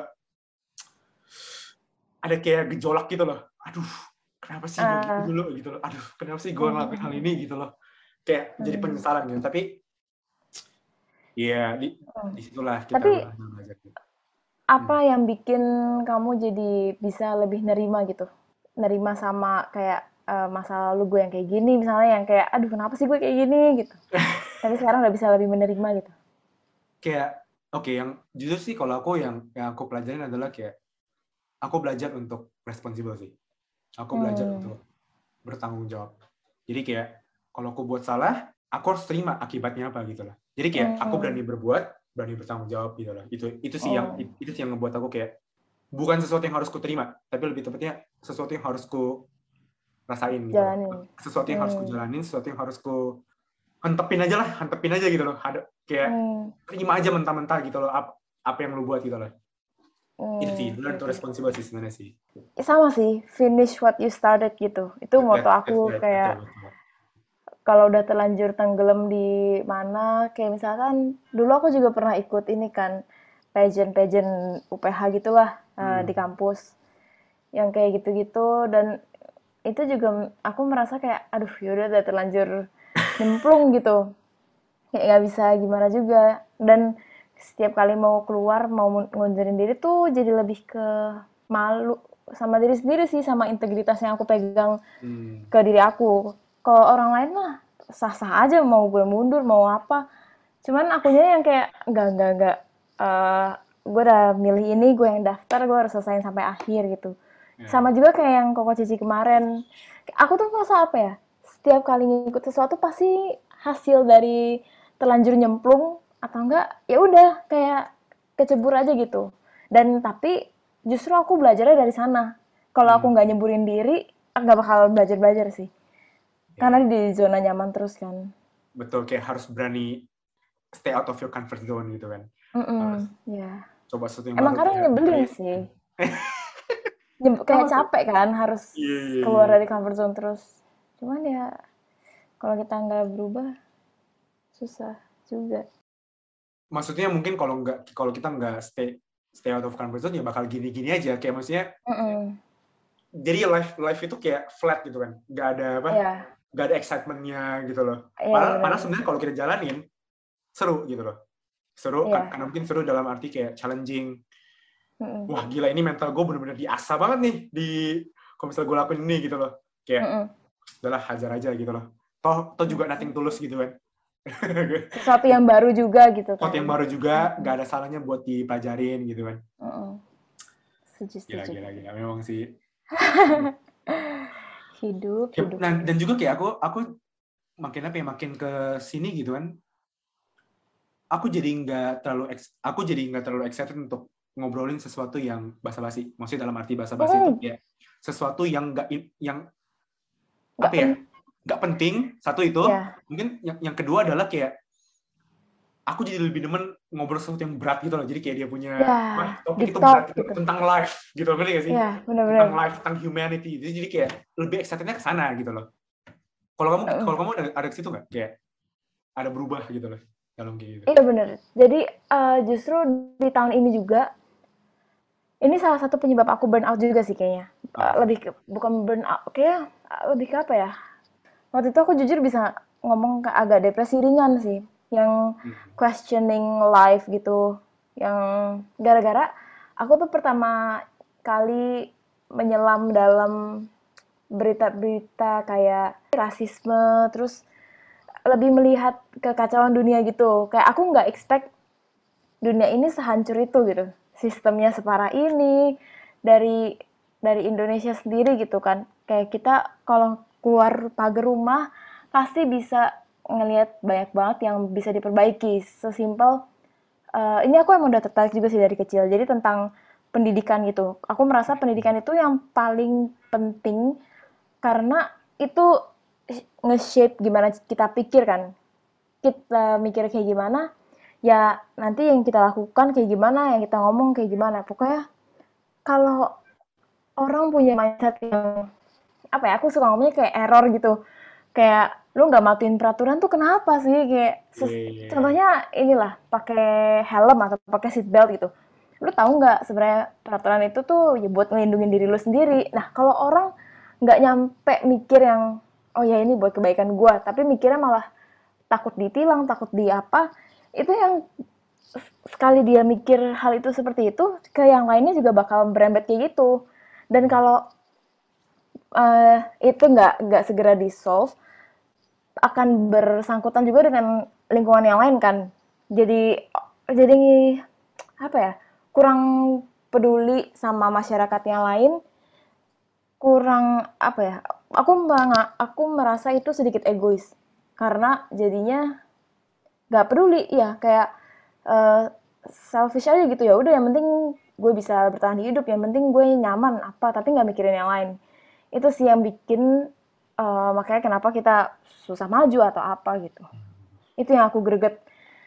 [SPEAKER 1] ada kayak gejolak gitu loh. Aduh, kenapa sih gue gitu
[SPEAKER 2] ah,
[SPEAKER 1] dulu gitu loh. Aduh, kenapa sih gue ngelakuin hal ini gitu loh. kayak jadi
[SPEAKER 2] Hmm.
[SPEAKER 1] penyesalan gitu. Tapi iya di
[SPEAKER 2] Hmm.
[SPEAKER 1] disitulah kita
[SPEAKER 2] Tapi
[SPEAKER 1] belajar gitu.
[SPEAKER 2] apa yang bikin kamu jadi bisa lebih nerima gitu? Nerima sama kayak eh, masa lalu gue yang kayak gini misalnya, yang kayak aduh kenapa sih gue kayak gini gitu. Tapi sekarang udah bisa lebih menerima gitu.
[SPEAKER 1] Kayak oke okay, yang jujur sih kalau aku yang yang aku pelajarin adalah kayak aku belajar untuk responsibel sih. Aku belajar
[SPEAKER 2] Hmm.
[SPEAKER 1] untuk bertanggung jawab. Jadi kayak kalau aku buat salah, aku harus terima akibatnya apa gitu lah. Jadi kayak aku berani
[SPEAKER 2] Hmm.
[SPEAKER 1] berbuat, berani bertanggung jawab gitu lah. Itu itu sih yang
[SPEAKER 2] Hmm.
[SPEAKER 1] itu sih yang ngebuat aku kayak bukan sesuatu yang harus ku terima, tapi lebih tepatnya sesuatu yang harus ku rasain gitu loh.
[SPEAKER 2] Jalanin.
[SPEAKER 1] Sesuatu yang harus ku
[SPEAKER 2] Hmm.
[SPEAKER 1] jalanin, sesuatu yang harus ku hentepin aja lah, hentepin aja gitu loh. Ada kayak
[SPEAKER 2] Hmm.
[SPEAKER 1] terima aja mentah-mentah gitu loh apa, apa yang lu buat gitu loh. Itu sih,
[SPEAKER 2] Hmm.
[SPEAKER 1] learn
[SPEAKER 2] Oke,
[SPEAKER 1] to
[SPEAKER 2] oke.
[SPEAKER 1] responsible sih sebenarnya sih.
[SPEAKER 2] Sama sih, finish what you started gitu. Itu moto
[SPEAKER 1] That, that's
[SPEAKER 2] aku
[SPEAKER 1] right, betul
[SPEAKER 2] kayak
[SPEAKER 1] betul.
[SPEAKER 2] kalau udah terlanjur tenggelam di mana, kayak misalkan dulu aku juga pernah ikut ini kan pageant-pageant U P H gitulah eh, di
[SPEAKER 1] Hmm.
[SPEAKER 2] kampus yang kayak gitu-gitu, dan itu juga aku merasa kayak aduh yaudah udah terlanjur nyemplung gitu, kayak nggak bisa gimana juga. Dan setiap kali mau keluar mau ngundurin diri tuh jadi lebih ke malu sama diri sendiri sih, sama integritas yang aku pegang
[SPEAKER 1] Hmm.
[SPEAKER 2] ke diri aku. Kalau orang lain mah sah-sah aja mau gue mundur mau apa, cuman akunya yang kayak enggak enggak enggak uh, gue udah milih ini, gue yang daftar, gue harus selesaiin sampai akhir gitu.
[SPEAKER 1] Ya.
[SPEAKER 2] Sama juga kayak yang Koko Cici kemarin, aku tuh merasa apa ya, setiap kali ngikut sesuatu pasti hasil dari terlanjur nyemplung atau enggak ya udah kayak kecebur aja gitu. Dan tapi justru aku belajarnya dari sana. Kalau aku
[SPEAKER 1] Hmm.
[SPEAKER 2] nggak nyeburin diri nggak bakal belajar belajar sih,
[SPEAKER 1] Ya,
[SPEAKER 2] karena
[SPEAKER 1] ya.
[SPEAKER 2] di zona nyaman terus kan.
[SPEAKER 1] Betul, kayak harus berani stay out of your comfort zone gitu kan. Harus
[SPEAKER 2] Mm-mm, ya.
[SPEAKER 1] coba sesuatu yang
[SPEAKER 2] Emang
[SPEAKER 1] baru
[SPEAKER 2] kadang
[SPEAKER 1] kayak
[SPEAKER 2] nyebelin
[SPEAKER 1] kayak
[SPEAKER 2] sih. Nyeb- kayak
[SPEAKER 1] sama tuh.
[SPEAKER 2] capek kan harus
[SPEAKER 1] Iya iya
[SPEAKER 2] keluar
[SPEAKER 1] iya.
[SPEAKER 2] dari comfort zone terus. Cuman ya kalau kita nggak berubah susah juga.
[SPEAKER 1] Maksudnya mungkin kalau nggak kalau kita nggak stay stay out of comfort zone ya bakal gini-gini aja kayak maksudnya
[SPEAKER 2] Mm-mm.
[SPEAKER 1] jadi life life itu kayak flat gitu kan. Nggak ada apa?
[SPEAKER 2] Iya,
[SPEAKER 1] Nggak ada excitementnya gitu loh.
[SPEAKER 2] iya
[SPEAKER 1] Padahal,
[SPEAKER 2] benar.
[SPEAKER 1] padahal sebenarnya kalau kita jalanin seru gitu loh. Seru kan-
[SPEAKER 2] Iya.
[SPEAKER 1] karena mungkin seru dalam arti kayak challenging.
[SPEAKER 2] Mm-mm.
[SPEAKER 1] Wah gila ini mental gue bener-bener diasah banget nih di kalau misalnya gue lakuin ini gitu loh. Kayak
[SPEAKER 2] Mm-mm.
[SPEAKER 1] udahlah hajar aja gitu loh. Toh, toh juga nothing tulus gitu kan.
[SPEAKER 2] Sesuatu yang baru juga gitu
[SPEAKER 1] Sesuatu yang
[SPEAKER 2] kan.
[SPEAKER 1] baru juga,
[SPEAKER 2] Mm-mm.
[SPEAKER 1] nggak ada salahnya buat dipelajarin gitu kan.
[SPEAKER 2] Mm-mm. Setuju,
[SPEAKER 1] Gila,
[SPEAKER 2] setuju.
[SPEAKER 1] gila, gila. Memang sih.
[SPEAKER 2] Hidup,
[SPEAKER 1] Ya,
[SPEAKER 2] hidup,
[SPEAKER 1] nah,
[SPEAKER 2] hidup.
[SPEAKER 1] dan juga kayak aku, aku makin apa ya, makin ke sini gitu kan. Aku jadi nggak terlalu, aku jadi nggak terlalu excited untuk ngobrolin sesuatu yang basa-basi. Maksudnya dalam arti basa-basi itu
[SPEAKER 2] Mm,
[SPEAKER 1] kayak sesuatu yang nggak, yang
[SPEAKER 2] nggak
[SPEAKER 1] apa ya,
[SPEAKER 2] pen,
[SPEAKER 1] nggak penting. Satu itu.
[SPEAKER 2] ya,
[SPEAKER 1] Mungkin yang, yang kedua adalah kayak aku jadi lebih demen ngobrol sesuatu yang berat gitu loh. Jadi kayak dia punya
[SPEAKER 2] ya,
[SPEAKER 1] wah, topik
[SPEAKER 2] deep
[SPEAKER 1] itu berat
[SPEAKER 2] talk
[SPEAKER 1] gitu
[SPEAKER 2] gitu.
[SPEAKER 1] tentang life gitu, ngerti gak sih?
[SPEAKER 2] Ya,
[SPEAKER 1] Tentang
[SPEAKER 2] benar-benar.
[SPEAKER 1] life, tentang humanity. Jadi, jadi kayak lebih excitednya ke sana gitu loh. Kalau kamu kalau kamu ada ada ke situ nggak? Kayak ada berubah gitu loh dalam kayak gitu.
[SPEAKER 2] Iya bener. Jadi uh, justru di tahun ini juga, ini salah satu penyebab aku burnout juga sih kayaknya. Uh,
[SPEAKER 1] Oh.
[SPEAKER 2] lebih ke, bukan burnout, kayak uh, lebih ke apa ya? Waktu itu aku jujur bisa ngomong ke agak depresi ringan sih, yang
[SPEAKER 1] Hmm.
[SPEAKER 2] questioning life gitu, yang gara-gara aku tuh pertama kali menyelam dalam berita-berita kayak rasisme, terus lebih melihat kekacauan dunia gitu. Kayak aku nggak expect dunia ini sehancur itu gitu, sistemnya separah ini, dari dari Indonesia sendiri gitu kan, kayak kita kalau keluar pagar rumah pasti bisa ngelihat banyak banget yang bisa diperbaiki, sesimpel uh, ini aku emang udah tertarik juga sih dari kecil, jadi tentang pendidikan gitu, aku merasa pendidikan itu yang paling penting karena itu nge-shape gimana kita pikir kan, kita mikir kayak gimana, ya nanti yang kita lakukan kayak gimana, yang kita ngomong kayak gimana. Pokoknya kalau orang punya mindset yang apa ya, aku suka ngomongnya kayak error gitu. Kayak lu nggak matuin peraturan tuh kenapa sih? Kayak
[SPEAKER 1] Iya, iya, iya.
[SPEAKER 2] contohnya inilah pakai helm atau pakai seat belt gitu. Lu tahu nggak sebenarnya peraturan itu tuh ya buat ngelindungin diri lu sendiri. Nah kalau orang nggak nyampe mikir yang oh ya ini buat kebaikan gua, tapi mikirnya malah takut ditilang, takut di apa, itu yang sekali dia mikir hal itu seperti itu, ke yang lainnya juga bakal berembet kayak gitu. Dan kalau uh, itu nggak nggak segera di solve, akan bersangkutan juga dengan lingkungan yang lain kan. Jadi jadi apa ya? Kurang peduli sama masyarakat yang lain, kurang apa ya? Aku aku merasa itu sedikit egois karena jadinya nggak peduli ya kayak uh, selfish aja gitu, ya udah yang penting gue bisa bertahan hidup, yang penting gue nyaman apa, tapi nggak mikirin yang lain. Itu sih yang bikin uh, makanya kenapa kita susah maju atau apa gitu. Itu yang aku greget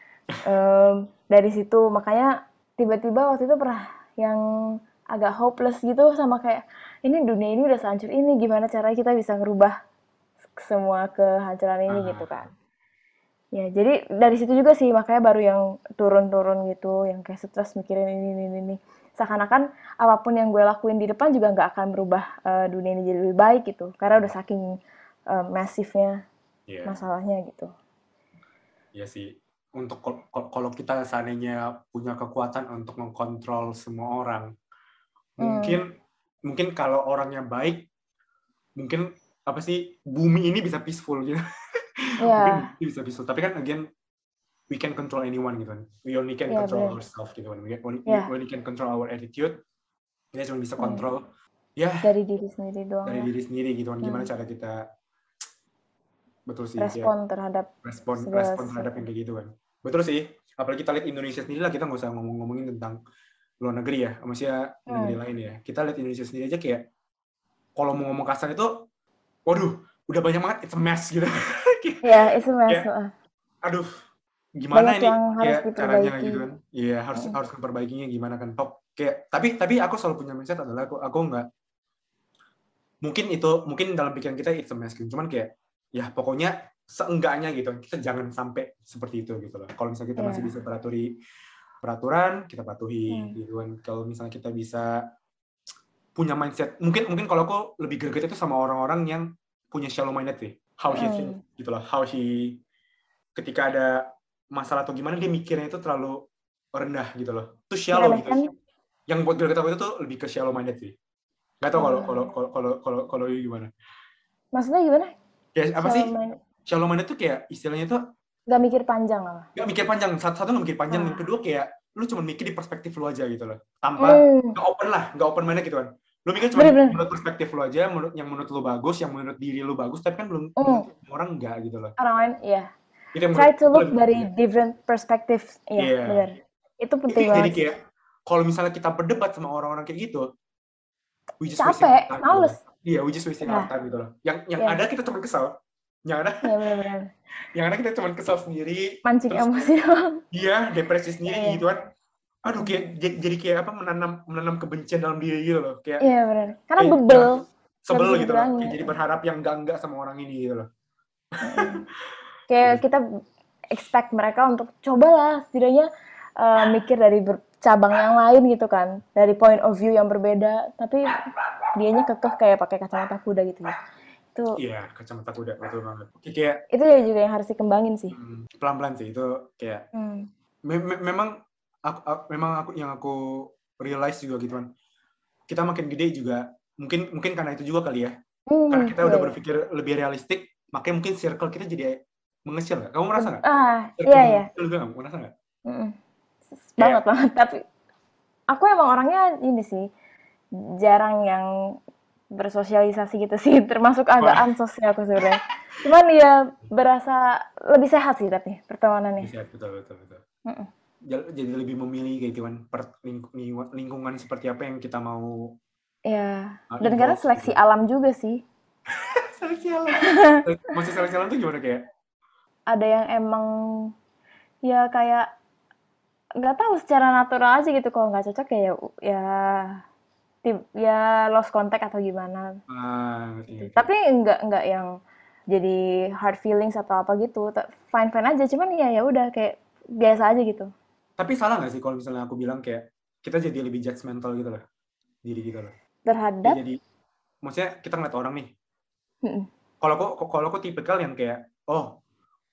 [SPEAKER 2] um, dari situ. Makanya tiba-tiba waktu itu pernah yang agak hopeless gitu, sama kayak ini dunia ini udah sehancur ini, gimana caranya kita bisa ngerubah semua kehancuran ini gitu kan. Ya, jadi dari situ juga sih makanya baru yang turun-turun gitu, yang kayak stres mikirin ini, ini, ini. Seakan-akan apapun yang gue lakuin di depan juga nggak akan merubah uh, dunia ini jadi lebih baik gitu, karena udah saking uh, masifnya yeah. masalahnya gitu.
[SPEAKER 1] Ya sih, untuk kalau kita seandainya punya kekuatan untuk mengkontrol semua orang, hmm. mungkin mungkin kalau orangnya baik, mungkin apa sih, bumi ini bisa peaceful gitu.
[SPEAKER 2] Yeah.
[SPEAKER 1] Mungkin bisa peaceful, tapi kan again we can control anyone gitu kan. We only can yeah, control bener. ourselves gitu kan. We only, yeah. we only can control our attitude. Kita cuma bisa kontrol hmm. ya
[SPEAKER 2] dari diri sendiri doang.
[SPEAKER 1] Dari
[SPEAKER 2] ya.
[SPEAKER 1] diri sendiri gitu kan. Gimana hmm. cara kita betul sih
[SPEAKER 2] respon
[SPEAKER 1] ya,
[SPEAKER 2] terhadap
[SPEAKER 1] respon respon terhadap yang kayak gitu kan. Betul sih. Apalagi kita lihat Indonesia sendiri lah, kita nggak usah ngomong-ngomongin tentang luar negeri ya, maksudnya hmm. negeri lain ya. Kita lihat Indonesia sendiri aja kayak kalau mau ngomong kasar itu, waduh, udah banyak banget it's a mess gitu.
[SPEAKER 2] Ya, it's a mess.
[SPEAKER 1] Kayak, aduh, gimana
[SPEAKER 2] banyak
[SPEAKER 1] ini
[SPEAKER 2] kayak
[SPEAKER 1] caranya gitu kan? Iya, harus hmm. harus memperbaikinya gimana kan? Top. Kayak tapi tapi aku selalu punya mindset adalah aku aku nggak mungkin itu mungkin dalam pikiran kita it's a mess gitu. Cuman kayak ya pokoknya seenggaknya gitu kita jangan sampai seperti itu gitu loh. Kalau misalnya kita yeah. masih bisa peraturi peraturan, kita patuhi hmm. gitu kan. Kalau misalnya kita bisa punya mindset, mungkin mungkin kalau aku lebih greget itu sama orang-orang yang punya shallow minded sih. How he think hmm. gitu loh. How he ketika ada masalah atau gimana dia mikirnya itu terlalu rendah gitu loh. Itu shallow ya, gitu. Kan? Yang buat greget aku itu tuh lebih ke shallow minded sih. Gak tau kalau kalau kalau kalau kalau gimana?
[SPEAKER 2] Maksudnya gimana?
[SPEAKER 1] Ya apa sih? Shallow minded tuh kayak istilahnya tuh
[SPEAKER 2] gak mikir panjang lah.
[SPEAKER 1] Gak mikir panjang. Satu-satu gak mikir panjang. Ah. Yang kedua kayak lu cuma mikir di perspektif lu aja gitu loh. Tanpa mm. gak open lah, gak open minded gitu kan. Lu mikir cuma bener, menurut perspektif lu aja, menurut yang menurut lu bagus, yang menurut diri lu bagus, tapi kan belum mm. orang enggak gitu loh.
[SPEAKER 2] Orang lain, iya. Try to look dari ya. different perspectives. Iya, yeah. benar. Itu penting banget.
[SPEAKER 1] Jadi kayak kalau misalnya kita berdebat sama orang-orang kayak gitu, we just
[SPEAKER 2] capek, males.
[SPEAKER 1] Iya, we just wasting our time gitu loh. Yang yang yeah. ada kita cuma kesal. Yang ada,
[SPEAKER 2] ya, bener-bener.
[SPEAKER 1] yang ada kita cuma kesal sendiri.
[SPEAKER 2] Mancing terus, emosi doang.
[SPEAKER 1] Iya, depresi sendiri yeah. gitu kan. Aduh, kayak jadi kayak apa menanam menanam kebencian dalam diri gitu loh. Kayak
[SPEAKER 2] iya yeah, benar. Karena kayak, bebel.
[SPEAKER 1] Sebel gitu loh. Kayak jadi berharap yang enggak-enggak sama orang ini gitu loh.
[SPEAKER 2] Kayak kita expect mereka untuk cobalah setidaknya uh, mikir dari ber- cabang yang lain gitu kan, dari point of view yang berbeda, tapi dianya kekeh kayak pakai kacamata kuda gitu ya. Itu
[SPEAKER 1] iya, kacamata kuda betul banget. Kayak
[SPEAKER 2] itu ya juga yang harus dikembangin sih.
[SPEAKER 1] Hmm, pelan-pelan sih itu kayak hmm. me- me- memang aku, aku memang aku yang aku realize juga gitu kan. Kita makin gede juga mungkin mungkin karena itu juga kali ya. Hmm, karena kita iya. udah berpikir lebih realistik, makanya mungkin circle kita jadi mengecil nggak? Kamu merasa nggak?
[SPEAKER 2] Ah, iya iya.
[SPEAKER 1] Lu juga nggak merasa nggak?
[SPEAKER 2] Mm-mm. Banget yeah. banget. Tapi aku emang orangnya ini sih jarang yang bersosialisasi gitu sih. Termasuk agak ansosial aku sebenarnya. Cuman ya berasa lebih sehat sih tapi pertemanannya.
[SPEAKER 1] Lebih sehat betul betul betul. Mm-mm. Jadi lebih memilih kayak gitu kan ling- lingkungan seperti apa yang kita mau.
[SPEAKER 2] Ya. Yeah. Dan karena seleksi gitu. Alam juga sih.
[SPEAKER 1] Seleksi alam. Maksud seleksi alam tuh gimana kayak?
[SPEAKER 2] Ada yang emang ya kayak nggak tahu secara natural aja gitu, kalau nggak cocok ya ya ya lost contact atau gimana.
[SPEAKER 1] Ah, okay, okay.
[SPEAKER 2] Tapi nggak nggak yang jadi hard feelings atau apa gitu, fine fine aja, cuman ya ya udah kayak biasa aja gitu.
[SPEAKER 1] Tapi salah nggak sih kalau misalnya aku bilang kayak kita jadi lebih judgmental gitu loh diri kita loh
[SPEAKER 2] terhadap
[SPEAKER 1] ya, jadi maksudnya kita ngeliat orang nih. Mm-mm. Kalau aku kalau aku tipikal yang kayak oh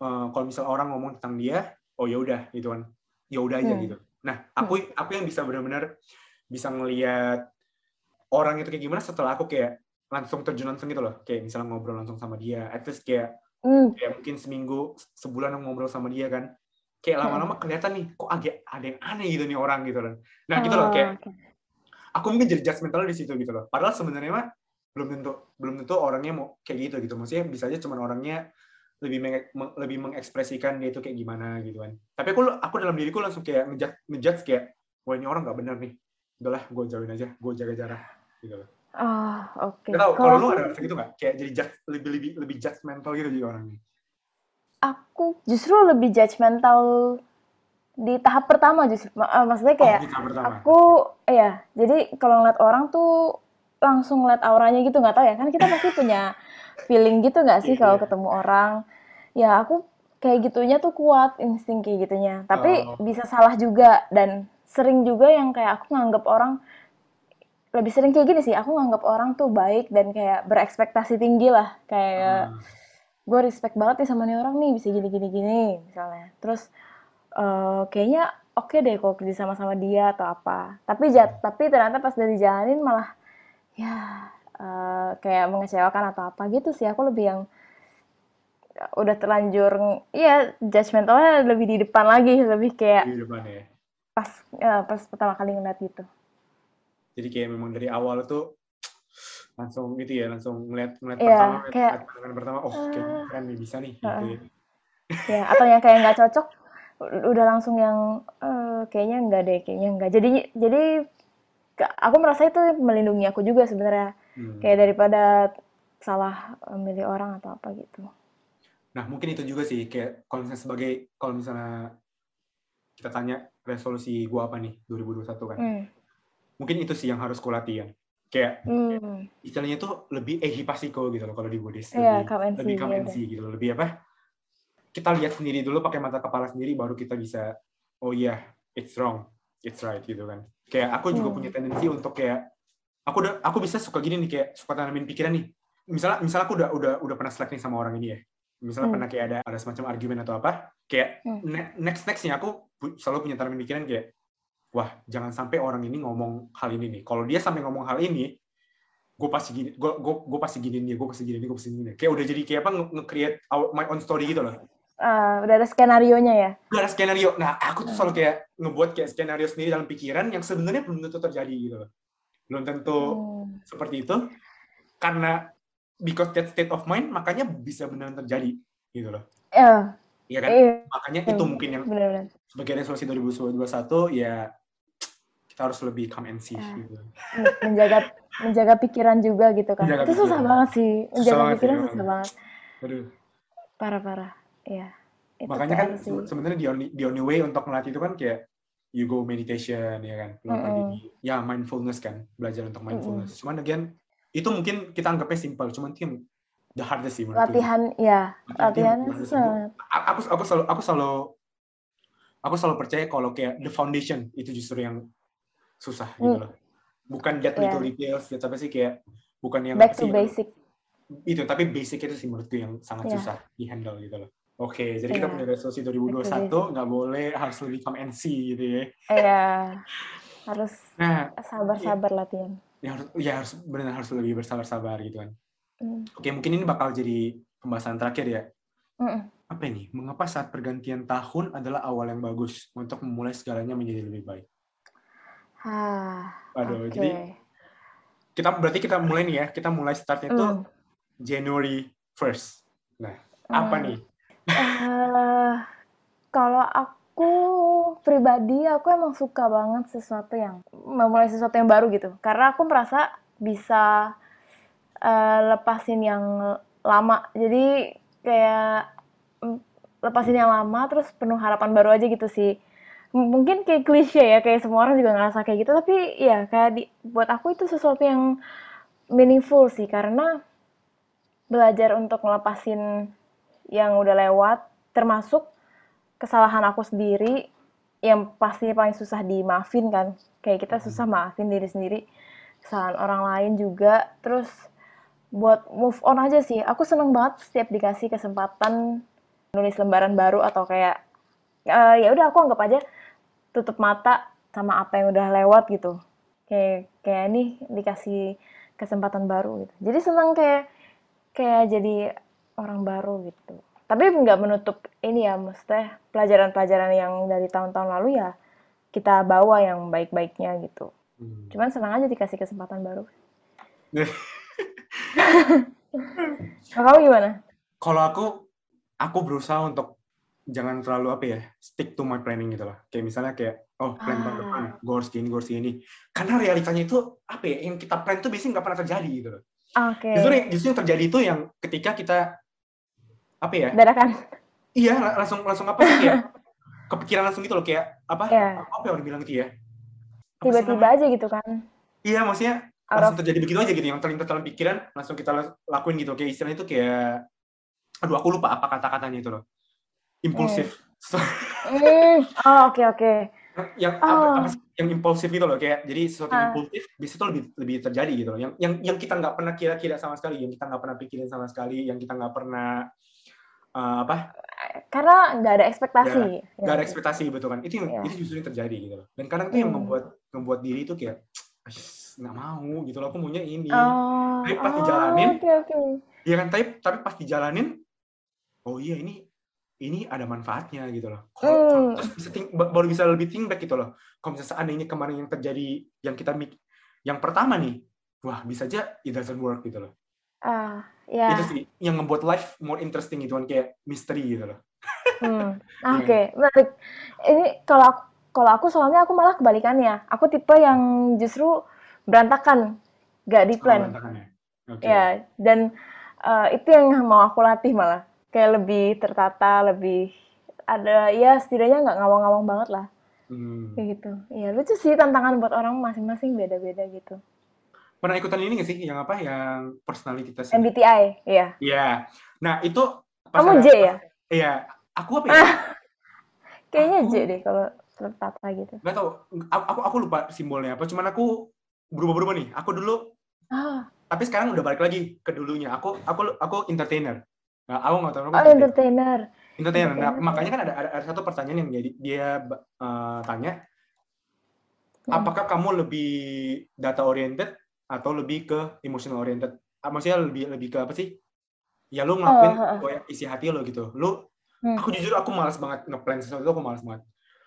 [SPEAKER 1] uh, kalau misal orang ngomong tentang dia, oh ya udah gitu kan, ya udah aja
[SPEAKER 2] Hmm.
[SPEAKER 1] gitu. Nah, aku
[SPEAKER 2] Hmm.
[SPEAKER 1] aku yang bisa benar-benar bisa ngelihat orang itu kayak gimana setelah aku kayak langsung terjun langsung gitu loh, kayak misalnya ngobrol langsung sama dia, at least kayak
[SPEAKER 2] Hmm.
[SPEAKER 1] kayak mungkin seminggu sebulan ngobrol sama dia kan, kayak lama-lama kelihatan nih kok agak ada yang aneh gitu nih orang gitu kan. Nah gitu loh, kayak
[SPEAKER 2] Oh, okay.
[SPEAKER 1] aku mungkin jadi judgmental di situ gitu loh. Padahal sebenarnya mah belum tentu belum tentu orangnya mau kayak gitu gitu. Maksudnya bisa aja cuma orangnya lebih meng, lebih mengekspresikan dia itu kayak gimana gitu kan. Tapi aku aku dalam diriku langsung kayak ngejudge, ngejudge kayak wah ini orang nggak benar nih. Udahlah, gue jauhin aja, gue jaga jarak gitu loh.
[SPEAKER 2] Ah, oke.
[SPEAKER 1] Gak tau,
[SPEAKER 2] Kalau
[SPEAKER 1] kalau lu
[SPEAKER 2] aku,
[SPEAKER 1] ada rasa gitu nggak? Kayak jadi judge, lebih lebih lebih judgmental gitu jadi orangnya.
[SPEAKER 2] aku justru lebih judgmental di tahap pertama justru. Uh, maksudnya
[SPEAKER 1] Oh,
[SPEAKER 2] kayak
[SPEAKER 1] di tahap pertama.
[SPEAKER 2] aku, ya. Jadi kalau ngeliat orang tuh langsung ngeliat auranya gitu, nggak tahu ya. Kan kita pasti punya feeling gitu nggak sih
[SPEAKER 1] Iya,
[SPEAKER 2] kalau
[SPEAKER 1] iya.
[SPEAKER 2] ketemu orang? Ya aku kayak gitunya tuh kuat insting kayak gitunya. Tapi
[SPEAKER 1] Oh,
[SPEAKER 2] bisa salah juga dan sering juga yang kayak aku nganggap orang lebih sering kayak gini sih. Aku nganggap orang tuh baik dan kayak berekspektasi tinggi lah. Kayak
[SPEAKER 1] uh,
[SPEAKER 2] gue respect banget nih sama nih orang nih bisa gini gini gini misalnya. Terus uh, kayaknya oke deh kalau kerja sama sama dia atau apa. Tapi jat, tapi ternyata pas udah dijalanin malah ya uh, kayak mengecewakan atau apa gitu sih. Aku lebih yang udah terlanjur ya judgmentalnya lebih di depan lagi, lebih kayak
[SPEAKER 1] di depan ya.
[SPEAKER 2] pas uh, pas pertama kali ngeliat gitu.
[SPEAKER 1] Jadi kayak memang dari awal tuh langsung gitu ya, langsung ngeliat ngeliat
[SPEAKER 2] Iya,
[SPEAKER 1] pertama,
[SPEAKER 2] kayak
[SPEAKER 1] ngeliat pandangan pertama, oh kayaknya
[SPEAKER 2] uh,
[SPEAKER 1] keren nih, bisa nih gitu
[SPEAKER 2] uh,
[SPEAKER 1] ya.
[SPEAKER 2] ya atau yang kayak nggak cocok udah langsung yang uh, kayaknya enggak deh, kayaknya enggak. Jadi jadi aku merasa itu melindungi aku juga sebenarnya. Kayak
[SPEAKER 1] Hmm.
[SPEAKER 2] daripada salah milih orang atau apa gitu.
[SPEAKER 1] Nah mungkin itu juga sih, kayak kalau misalnya sebagai, kalau misalnya kita tanya resolusi gua apa nih dua ribu dua puluh satu kan,
[SPEAKER 2] Hmm.
[SPEAKER 1] mungkin itu sih yang harus kulatih. Kayak
[SPEAKER 2] Hmm.
[SPEAKER 1] istilahnya tuh lebih ehipasiko gitu loh kalau di Buddhis,
[SPEAKER 2] Iya,
[SPEAKER 1] lebih
[SPEAKER 2] come and
[SPEAKER 1] lebih
[SPEAKER 2] see.
[SPEAKER 1] come
[SPEAKER 2] Ya
[SPEAKER 1] and
[SPEAKER 2] udah.
[SPEAKER 1] see gitu loh, lebih apa? Kita lihat sendiri dulu pakai mata kepala sendiri, baru kita bisa, oh iya, yeah, it's wrong, it's right gitu kan. Kayak aku juga punya
[SPEAKER 2] Hmm.
[SPEAKER 1] tendensi untuk kayak aku udah aku bisa suka gini nih, kayak suka tanamin pikiran nih. Misalnya misalnya aku udah udah udah pernah selek nih sama orang ini ya. Misalnya
[SPEAKER 2] Hmm.
[SPEAKER 1] pernah kayak ada ada semacam argumen atau apa, kayak
[SPEAKER 2] Hmm.
[SPEAKER 1] next nextnya aku selalu punya tanamin pikiran kayak, wah jangan sampai orang ini ngomong hal ini nih. Kalau dia sampai ngomong hal ini, gue pasti gini, gue gue gue pasti gini dia, gue pasti gini, gue pasti gini. Kayak udah jadi kayak apa nge-create my own story gitu loh.
[SPEAKER 2] Uh, udah ada skenario-nya ya.
[SPEAKER 1] Udah ada skenario. Nah aku tuh selalu
[SPEAKER 2] Hmm.
[SPEAKER 1] kayak ngebuat kayak skenario sendiri dalam pikiran yang sebenarnya belum tentu terjadi gitu loh. Belum tentu
[SPEAKER 2] Hmm.
[SPEAKER 1] seperti itu. Karena because that state of mind, makanya bisa benar terjadi gitu loh.
[SPEAKER 2] Ya.
[SPEAKER 1] Iya kan?
[SPEAKER 2] Iya.
[SPEAKER 1] Makanya itu mungkin yang
[SPEAKER 2] Benar-benar.
[SPEAKER 1] sebagai resolusi dua ribu dua puluh satu ya kita harus lebih come and see
[SPEAKER 2] Ya.
[SPEAKER 1] gitu.
[SPEAKER 2] Menjaga menjaga pikiran juga gitu kan.
[SPEAKER 1] Menjaga
[SPEAKER 2] Itu susah
[SPEAKER 1] pikiran.
[SPEAKER 2] banget sih.
[SPEAKER 1] Susah
[SPEAKER 2] Menjaga
[SPEAKER 1] banget sih
[SPEAKER 2] pikiran
[SPEAKER 1] memang.
[SPEAKER 2] susah banget.
[SPEAKER 1] Aduh.
[SPEAKER 2] Parah-parah. Iya. Itu
[SPEAKER 1] Makanya kan
[SPEAKER 2] P R sih.
[SPEAKER 1] sebenarnya the only, the only way untuk melatih itu kan kayak you go meditation ya kan, lo
[SPEAKER 2] Mm-mm.
[SPEAKER 1] pergi ya mindfulness kan, belajar untuk mindfulness.
[SPEAKER 2] Mm-mm.
[SPEAKER 1] Cuman again itu mungkin kita anggapnya simple, cuman itu the hardest sih menurutku.
[SPEAKER 2] Latihan ya,
[SPEAKER 1] Latihan
[SPEAKER 2] latihannya
[SPEAKER 1] itu
[SPEAKER 2] susah.
[SPEAKER 1] aku aku selalu aku selalu aku selalu percaya kalau kayak the foundation itu justru yang susah gitu
[SPEAKER 2] Mm,
[SPEAKER 1] loh. Bukan that little
[SPEAKER 2] ya,
[SPEAKER 1] details, ya, tapi sih kayak bukan yang apa
[SPEAKER 2] back to
[SPEAKER 1] sih yang
[SPEAKER 2] basic.
[SPEAKER 1] itu, tapi basic itu sih menurutku yang sangat
[SPEAKER 2] Ya,
[SPEAKER 1] susah di handle gitu loh. Oke, jadi kita punya
[SPEAKER 2] ya,
[SPEAKER 1] resolusi dua ribu
[SPEAKER 2] back
[SPEAKER 1] dua
[SPEAKER 2] to
[SPEAKER 1] puluh satu
[SPEAKER 2] basic.
[SPEAKER 1] nggak boleh, harus lebih come and see gitu ya.
[SPEAKER 2] Ya, harus
[SPEAKER 1] Nah, ya,
[SPEAKER 2] sabar-sabar latihan.
[SPEAKER 1] ya harus ya harus benar harus lebih bersabar-sabar gitu kan.
[SPEAKER 2] Mm.
[SPEAKER 1] Oke, mungkin ini bakal jadi pembahasan terakhir ya.
[SPEAKER 2] Mm-mm.
[SPEAKER 1] Apa ini? Mengapa saat pergantian tahun adalah awal yang bagus untuk memulai segalanya menjadi lebih baik?
[SPEAKER 2] Ah,
[SPEAKER 1] Aduh,
[SPEAKER 2] oke.
[SPEAKER 1] jadi kita berarti kita mulai nih ya. Kita mulai startnya itu
[SPEAKER 2] Mm.
[SPEAKER 1] January first. Nah, apa
[SPEAKER 2] Mm.
[SPEAKER 1] nih?
[SPEAKER 2] Uh, kalau aku pribadi, aku emang suka banget sesuatu yang memulai sesuatu yang baru gitu. Karena aku merasa bisa uh, lepasin yang lama. Jadi kayak mm, lepasin yang lama terus penuh harapan baru aja gitu sih. M- mungkin kayak klise ya, kayak semua orang juga ngerasa kayak gitu, tapi ya kayak di, buat aku itu sesuatu yang meaningful sih, karena belajar untuk ngelepasin yang udah lewat, termasuk kesalahan aku sendiri yang pasti paling susah dimaafin kan. Kayak kita susah maafin diri sendiri, kesalahan orang lain juga. Terus buat move on aja sih. Aku seneng banget setiap dikasih kesempatan nulis lembaran baru atau kayak uh, ya udah aku anggap aja tutup mata sama apa yang udah lewat gitu. Kayak kayak nih dikasih kesempatan baru gitu. Jadi senang kayak kayak jadi orang baru gitu. Tapi nggak menutup ini ya, maksudnya pelajaran-pelajaran yang dari tahun-tahun lalu ya kita bawa yang baik-baiknya gitu.
[SPEAKER 1] Hmm.
[SPEAKER 2] Cuman senang aja dikasih kesempatan baru. Nah, kamu gimana?
[SPEAKER 1] Kalau aku, aku berusaha untuk jangan terlalu apa ya, stick to my planning gitu loh. Kayak misalnya kayak, oh plan tahun depan,
[SPEAKER 2] Ah,
[SPEAKER 1] gue harus gini, gue harus gini. Karena realitanya itu apa ya, yang kita plan itu biasanya nggak pernah terjadi gitu loh.
[SPEAKER 2] oke.
[SPEAKER 1] Justru, justru yang terjadi itu yang ketika kita apa ya,
[SPEAKER 2] Dadakan.
[SPEAKER 1] iya langsung langsung apa sih kayak kepikiran langsung gitu loh kayak apa
[SPEAKER 2] Ya,
[SPEAKER 1] apa yang orang bilang gitu ya, apa sih
[SPEAKER 2] tiba-tiba
[SPEAKER 1] namanya?
[SPEAKER 2] aja gitu kan.
[SPEAKER 1] Iya maksudnya
[SPEAKER 2] Out
[SPEAKER 1] langsung
[SPEAKER 2] of
[SPEAKER 1] terjadi begitu aja gitu, yang terlintas dalam pikiran langsung kita lakuin gitu, kayak istilahnya itu kayak, aduh aku lupa apa kata-katanya itu loh,
[SPEAKER 2] hmm.
[SPEAKER 1] impulsif. So,
[SPEAKER 2] Hmm. Oh, oke oke.
[SPEAKER 1] yang apa,
[SPEAKER 2] Oh,
[SPEAKER 1] apa sih, yang impulsif gitu loh, kayak jadi sesuatu yang
[SPEAKER 2] ah,
[SPEAKER 1] impulsif bisa itu lebih lebih terjadi gitu loh, yang yang yang kita nggak pernah kira-kira sama sekali, yang kita nggak pernah pikirin sama sekali, yang kita nggak pernah uh, apa
[SPEAKER 2] karena nggak ada ekspektasi,
[SPEAKER 1] ya
[SPEAKER 2] ya
[SPEAKER 1] nggak ada
[SPEAKER 2] nggak sih?
[SPEAKER 1] ekspektasi, betul kan, itu yang
[SPEAKER 2] Ya.
[SPEAKER 1] itu justru yang terjadi gitu loh, dan kadang tuh yang
[SPEAKER 2] Hmm.
[SPEAKER 1] membuat membuat diri itu kayak nggak mau gitu loh, aku maunya ini,
[SPEAKER 2] Oh,
[SPEAKER 1] tapi pas
[SPEAKER 2] oh,
[SPEAKER 1] dijalanin
[SPEAKER 2] oke oke.
[SPEAKER 1] ya kan, tapi tapi pas dijalanin, oh iya ini ini ada manfaatnya gitu loh. Kalau kalau
[SPEAKER 2] Hmm.
[SPEAKER 1] terus bisa think, baru bisa lebih think back gitu loh. Kalau misalnya seandainya kemarin yang terjadi yang kita yang pertama nih, wah bisa aja it doesn't work gitu loh.
[SPEAKER 2] Ah,
[SPEAKER 1] Itu
[SPEAKER 2] ya.
[SPEAKER 1] sih yang ngebuat life more interesting gitu kan, kayak misteri gitu loh.
[SPEAKER 2] Hmm.
[SPEAKER 1] Iya
[SPEAKER 2] Oke,
[SPEAKER 1] kan?
[SPEAKER 2] menarik. Ini kalau aku, kalau aku soalnya aku malah kebalikannya. Aku tipe yang justru berantakan, nggak di
[SPEAKER 1] Oh,
[SPEAKER 2] plan.
[SPEAKER 1] berantakan ya. Oke. Okay.
[SPEAKER 2] Ya, dan uh, itu yang mau aku latih malah. Kayak lebih tertata, lebih ada, ya setidaknya nggak ngawang-ngawang banget lah.
[SPEAKER 1] Hmm.
[SPEAKER 2] Kayak gitu. Iya, lucu sih tantangan buat orang masing-masing beda-beda gitu.
[SPEAKER 1] Pernah ikutan ini nggak sih yang apa yang personality test itu?
[SPEAKER 2] M B T I, iya.
[SPEAKER 1] Iya. Nah, itu pas
[SPEAKER 2] Kamu J
[SPEAKER 1] ada pas,
[SPEAKER 2] ya?
[SPEAKER 1] iya, aku apa ya?
[SPEAKER 2] Ah, kayaknya J
[SPEAKER 1] Aku
[SPEAKER 2] deh kalau tertata gitu.
[SPEAKER 1] nggak tahu, aku aku lupa simbolnya apa, cuman aku berubah-berubah nih. Aku dulu,
[SPEAKER 2] Ah,
[SPEAKER 1] tapi sekarang udah balik lagi ke dulunya. Aku aku aku entertainer. Nah, aku nggak tahu, aku
[SPEAKER 2] oh
[SPEAKER 1] entertainer.
[SPEAKER 2] entertainer.
[SPEAKER 1] Entertainer. Nah,
[SPEAKER 2] Entertainer ya.
[SPEAKER 1] makanya kan ada ada, ada satu pertanyaan yang jadi dia uh, tanya,
[SPEAKER 2] Mm.
[SPEAKER 1] apakah kamu lebih data oriented atau lebih ke emotional oriented? Ah, maksudnya lebih lebih ke apa sih? Ya lu
[SPEAKER 2] Oh,
[SPEAKER 1] ngelakuin
[SPEAKER 2] heeh.
[SPEAKER 1] isi hati lo gitu. Lu,
[SPEAKER 2] Hmm.
[SPEAKER 1] aku jujur aku malas banget ngeplan sesuatu, aku malas banget.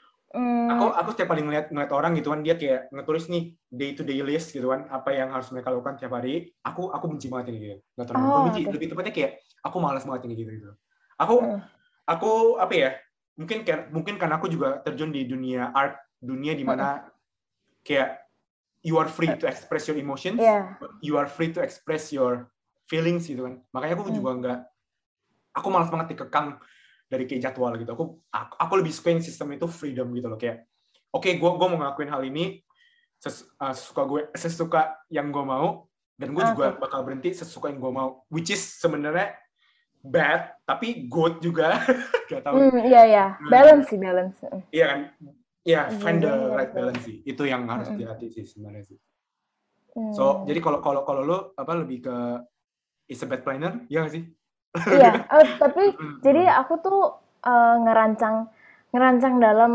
[SPEAKER 1] Aku
[SPEAKER 2] Hmm.
[SPEAKER 1] aku setiap kali ngeliat ngeliat orang gitu kan, dia kayak ngetulis nih day to day list gitu kan, apa yang harus mereka lakukan tiap hari. Aku aku benci banget ini gitu. Gak terlalu, bukan
[SPEAKER 2] Oh,
[SPEAKER 1] benci,
[SPEAKER 2] oke.
[SPEAKER 1] lebih tepatnya kayak aku malas banget ini gitu gitu. Aku
[SPEAKER 2] Hmm.
[SPEAKER 1] aku apa ya? Mungkin kan mungkin karena aku juga terjun di dunia art, dunia
[SPEAKER 2] Hmm.
[SPEAKER 1] dimana kayak you are free to express your emotions,
[SPEAKER 2] Iya.
[SPEAKER 1] you are free to express your feelings gitu kan. Makanya aku
[SPEAKER 2] Hmm.
[SPEAKER 1] juga nggak, aku malas banget dikekang dari kayak jadwal gitu. Aku aku, aku lebih suka yang sistem itu freedom gitu loh, kayak oke okay, gue gue mau ngelakuin hal ini ses, uh, sesuka gue sesuka yang gue mau, dan gue juga
[SPEAKER 2] Oke.
[SPEAKER 1] bakal berhenti sesuka yang gue mau, which is sebenarnya bad tapi good juga. Gak tahu.
[SPEAKER 2] Hmm, iya ya. Balance sih, balance. Hmm.
[SPEAKER 1] Iya kan, ya find the
[SPEAKER 2] Dua-duanya harus
[SPEAKER 1] right balance
[SPEAKER 2] balance.
[SPEAKER 1] sih, itu yang harus
[SPEAKER 2] Hmm.
[SPEAKER 1] dilatih sih sebenarnya sih. So
[SPEAKER 2] Hmm.
[SPEAKER 1] jadi kalau kalau kalau lo apa lebih ke is a bad planner ya nggak sih?
[SPEAKER 2] Iya, eh, tapi jadi aku tuh eh, ngerancang ngerancang dalam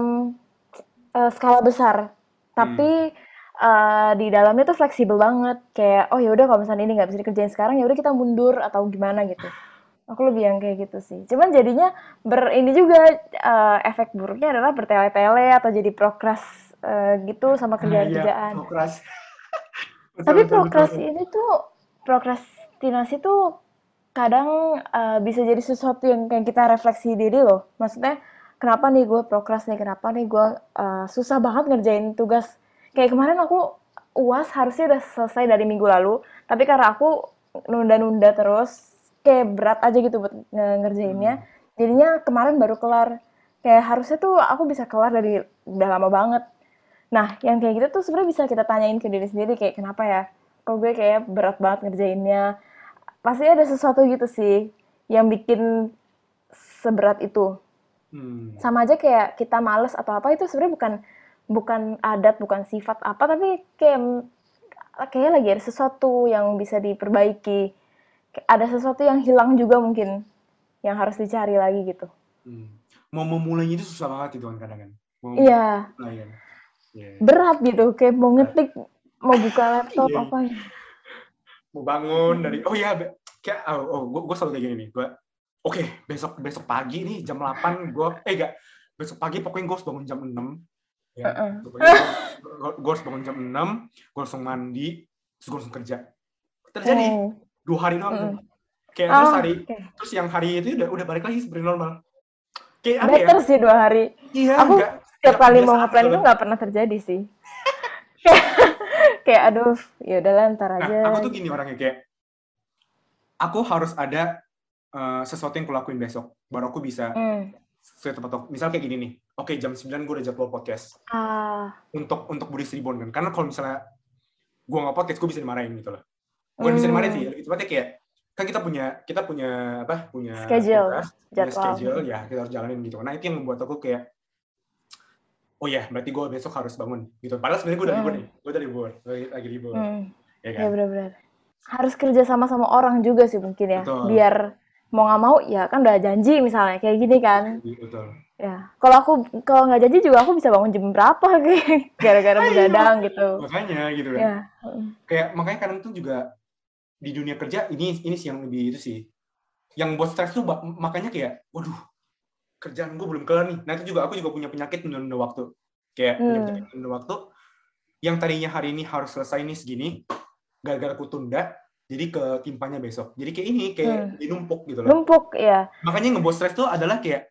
[SPEAKER 2] eh, skala besar.
[SPEAKER 1] Hmm.
[SPEAKER 2] Tapi eh, di dalamnya tuh fleksibel banget. Kayak oh ya udah kalau misalnya ini nggak bisa dikerjain sekarang ya udah kita mundur atau gimana gitu. Aku lebih yang kayak gitu sih. Cuman jadinya ber ini juga eh, efek buruknya adalah bertele-tele atau jadi prokras eh, gitu sama
[SPEAKER 1] Ah, iya,
[SPEAKER 2] kerjaan-kerjaan.
[SPEAKER 1] prokras. Betul,
[SPEAKER 2] Tapi
[SPEAKER 1] betul, betul,
[SPEAKER 2] prokras
[SPEAKER 1] betul.
[SPEAKER 2] ini tuh prokrastinasi tuh kadang eh, bisa jadi sesuatu yang kayak kita refleksi diri loh. Maksudnya kenapa nih gue prokras nih? Kenapa nih gue eh, susah banget ngerjain tugas? Kayak kemarin aku U A S harusnya udah selesai dari minggu lalu, tapi karena aku nunda-nunda terus, kayak berat aja gitu buat nge- ngerjainnya.
[SPEAKER 1] Hmm.
[SPEAKER 2] Jadinya kemarin baru kelar. Kayak harusnya tuh aku bisa kelar dari udah lama banget. Nah, yang kayak gitu tuh sebenarnya bisa kita tanyain ke diri sendiri kayak kenapa ya? Kok gue kayak berat banget ngerjainnya. Pasti ada sesuatu gitu sih yang bikin seberat itu.
[SPEAKER 1] Hmm.
[SPEAKER 2] Sama aja kayak kita males atau apa itu sebenarnya bukan bukan adat, bukan sifat apa, tapi kayak kayak lagi ada sesuatu yang bisa diperbaiki. Ada sesuatu yang hilang juga mungkin. yang harus dicari lagi gitu.
[SPEAKER 1] Hmm. Mau memulainya itu susah banget itu kan kadang kan. Mau
[SPEAKER 2] Iya.
[SPEAKER 1] mulai kan. Yeah.
[SPEAKER 2] Berat gitu, kayak mau ngetik, mau buka laptop
[SPEAKER 1] Yeah.
[SPEAKER 2] apa ya.
[SPEAKER 1] Mau bangun dari oh ya kayak oh, oh gue gue selalu kayak gini nih. Gue oke, okay, besok besok pagi nih jam delapan gue eh enggak, besok pagi pokoknya gue harus bangun jam enam. Ya.
[SPEAKER 2] Uh-uh.
[SPEAKER 1] Gue, gue harus bangun jam enam, gue langsung mandi, terus gue langsung kerja. Terjadi
[SPEAKER 2] Hmm.
[SPEAKER 1] dua hari doang.
[SPEAKER 2] Mm-mm.
[SPEAKER 1] Kayak
[SPEAKER 2] Oh,
[SPEAKER 1] terus hari
[SPEAKER 2] okay.
[SPEAKER 1] terus yang hari itu udah udah balik lagi seperti normal. Kayak apa
[SPEAKER 2] Better
[SPEAKER 1] ya?
[SPEAKER 2] sih dua hari.
[SPEAKER 1] Iya,
[SPEAKER 2] aku
[SPEAKER 1] enggak,
[SPEAKER 2] setiap
[SPEAKER 1] enggak
[SPEAKER 2] kali mau ngeplan
[SPEAKER 1] gitu.
[SPEAKER 2] itu nggak pernah terjadi sih. Kayak aduh, ya udahlah ntar aja.
[SPEAKER 1] Nah, aku tuh gini orangnya kayak aku harus ada uh, sesuatu yang kulakuin besok baru aku bisa
[SPEAKER 2] Hmm.
[SPEAKER 1] sesuai tempat waktu. Misal kayak gini nih. Oke, jam sembilan gue udah jadwal podcast.
[SPEAKER 2] Ah.
[SPEAKER 1] Untuk untuk Buddhist Reborn kan. Karena kalau misalnya gue nggak podcast, gue bisa dimarahin gitu loh. Bukan
[SPEAKER 2] Hmm.
[SPEAKER 1] bisa dimarahin sih, lebih tepatnya kayak kan kita punya kita punya apa? Punya
[SPEAKER 2] schedule,
[SPEAKER 1] tugas, punya schedule ya, kita harus jalanin gitu. Nah, itu yang membuat aku kayak oh ya, berarti gue besok harus bangun gitu. Padahal sebenarnya gue udah libur nih. Gue udah libur, lagi libur.
[SPEAKER 2] Hmm.
[SPEAKER 1] Ya kan?
[SPEAKER 2] Ya benar-benar. Harus kerja sama sama orang juga sih mungkin ya.
[SPEAKER 1] Betul.
[SPEAKER 2] Biar mau nggak mau ya kan udah janji misalnya kayak gini kan.
[SPEAKER 1] Betul.
[SPEAKER 2] Ya, kalau aku kalau nggak janji juga aku bisa bangun jam berapa kayak gara-gara begadang gitu.
[SPEAKER 1] Makanya gitu kan.
[SPEAKER 2] Ya.
[SPEAKER 1] Kayak makanya kadang tuh juga di dunia kerja ini ini sih yang lebih itu sih. Yang buat stres tuh makanya kayak waduh, kerjaan gue belum kelar nih. Nah, itu juga aku juga punya penyakit menunda waktu. Kayak
[SPEAKER 2] hmm.
[SPEAKER 1] punya penyakit menunda waktu yang tadinya hari ini harus selesai nih segini, gara-gara aku tunda, jadi ketimpanya besok. Jadi kayak ini, kayak
[SPEAKER 2] hmm.
[SPEAKER 1] jadi numpuk gitu loh.
[SPEAKER 2] Numpuk, ya.
[SPEAKER 1] Makanya ngebuat stres tuh adalah kayak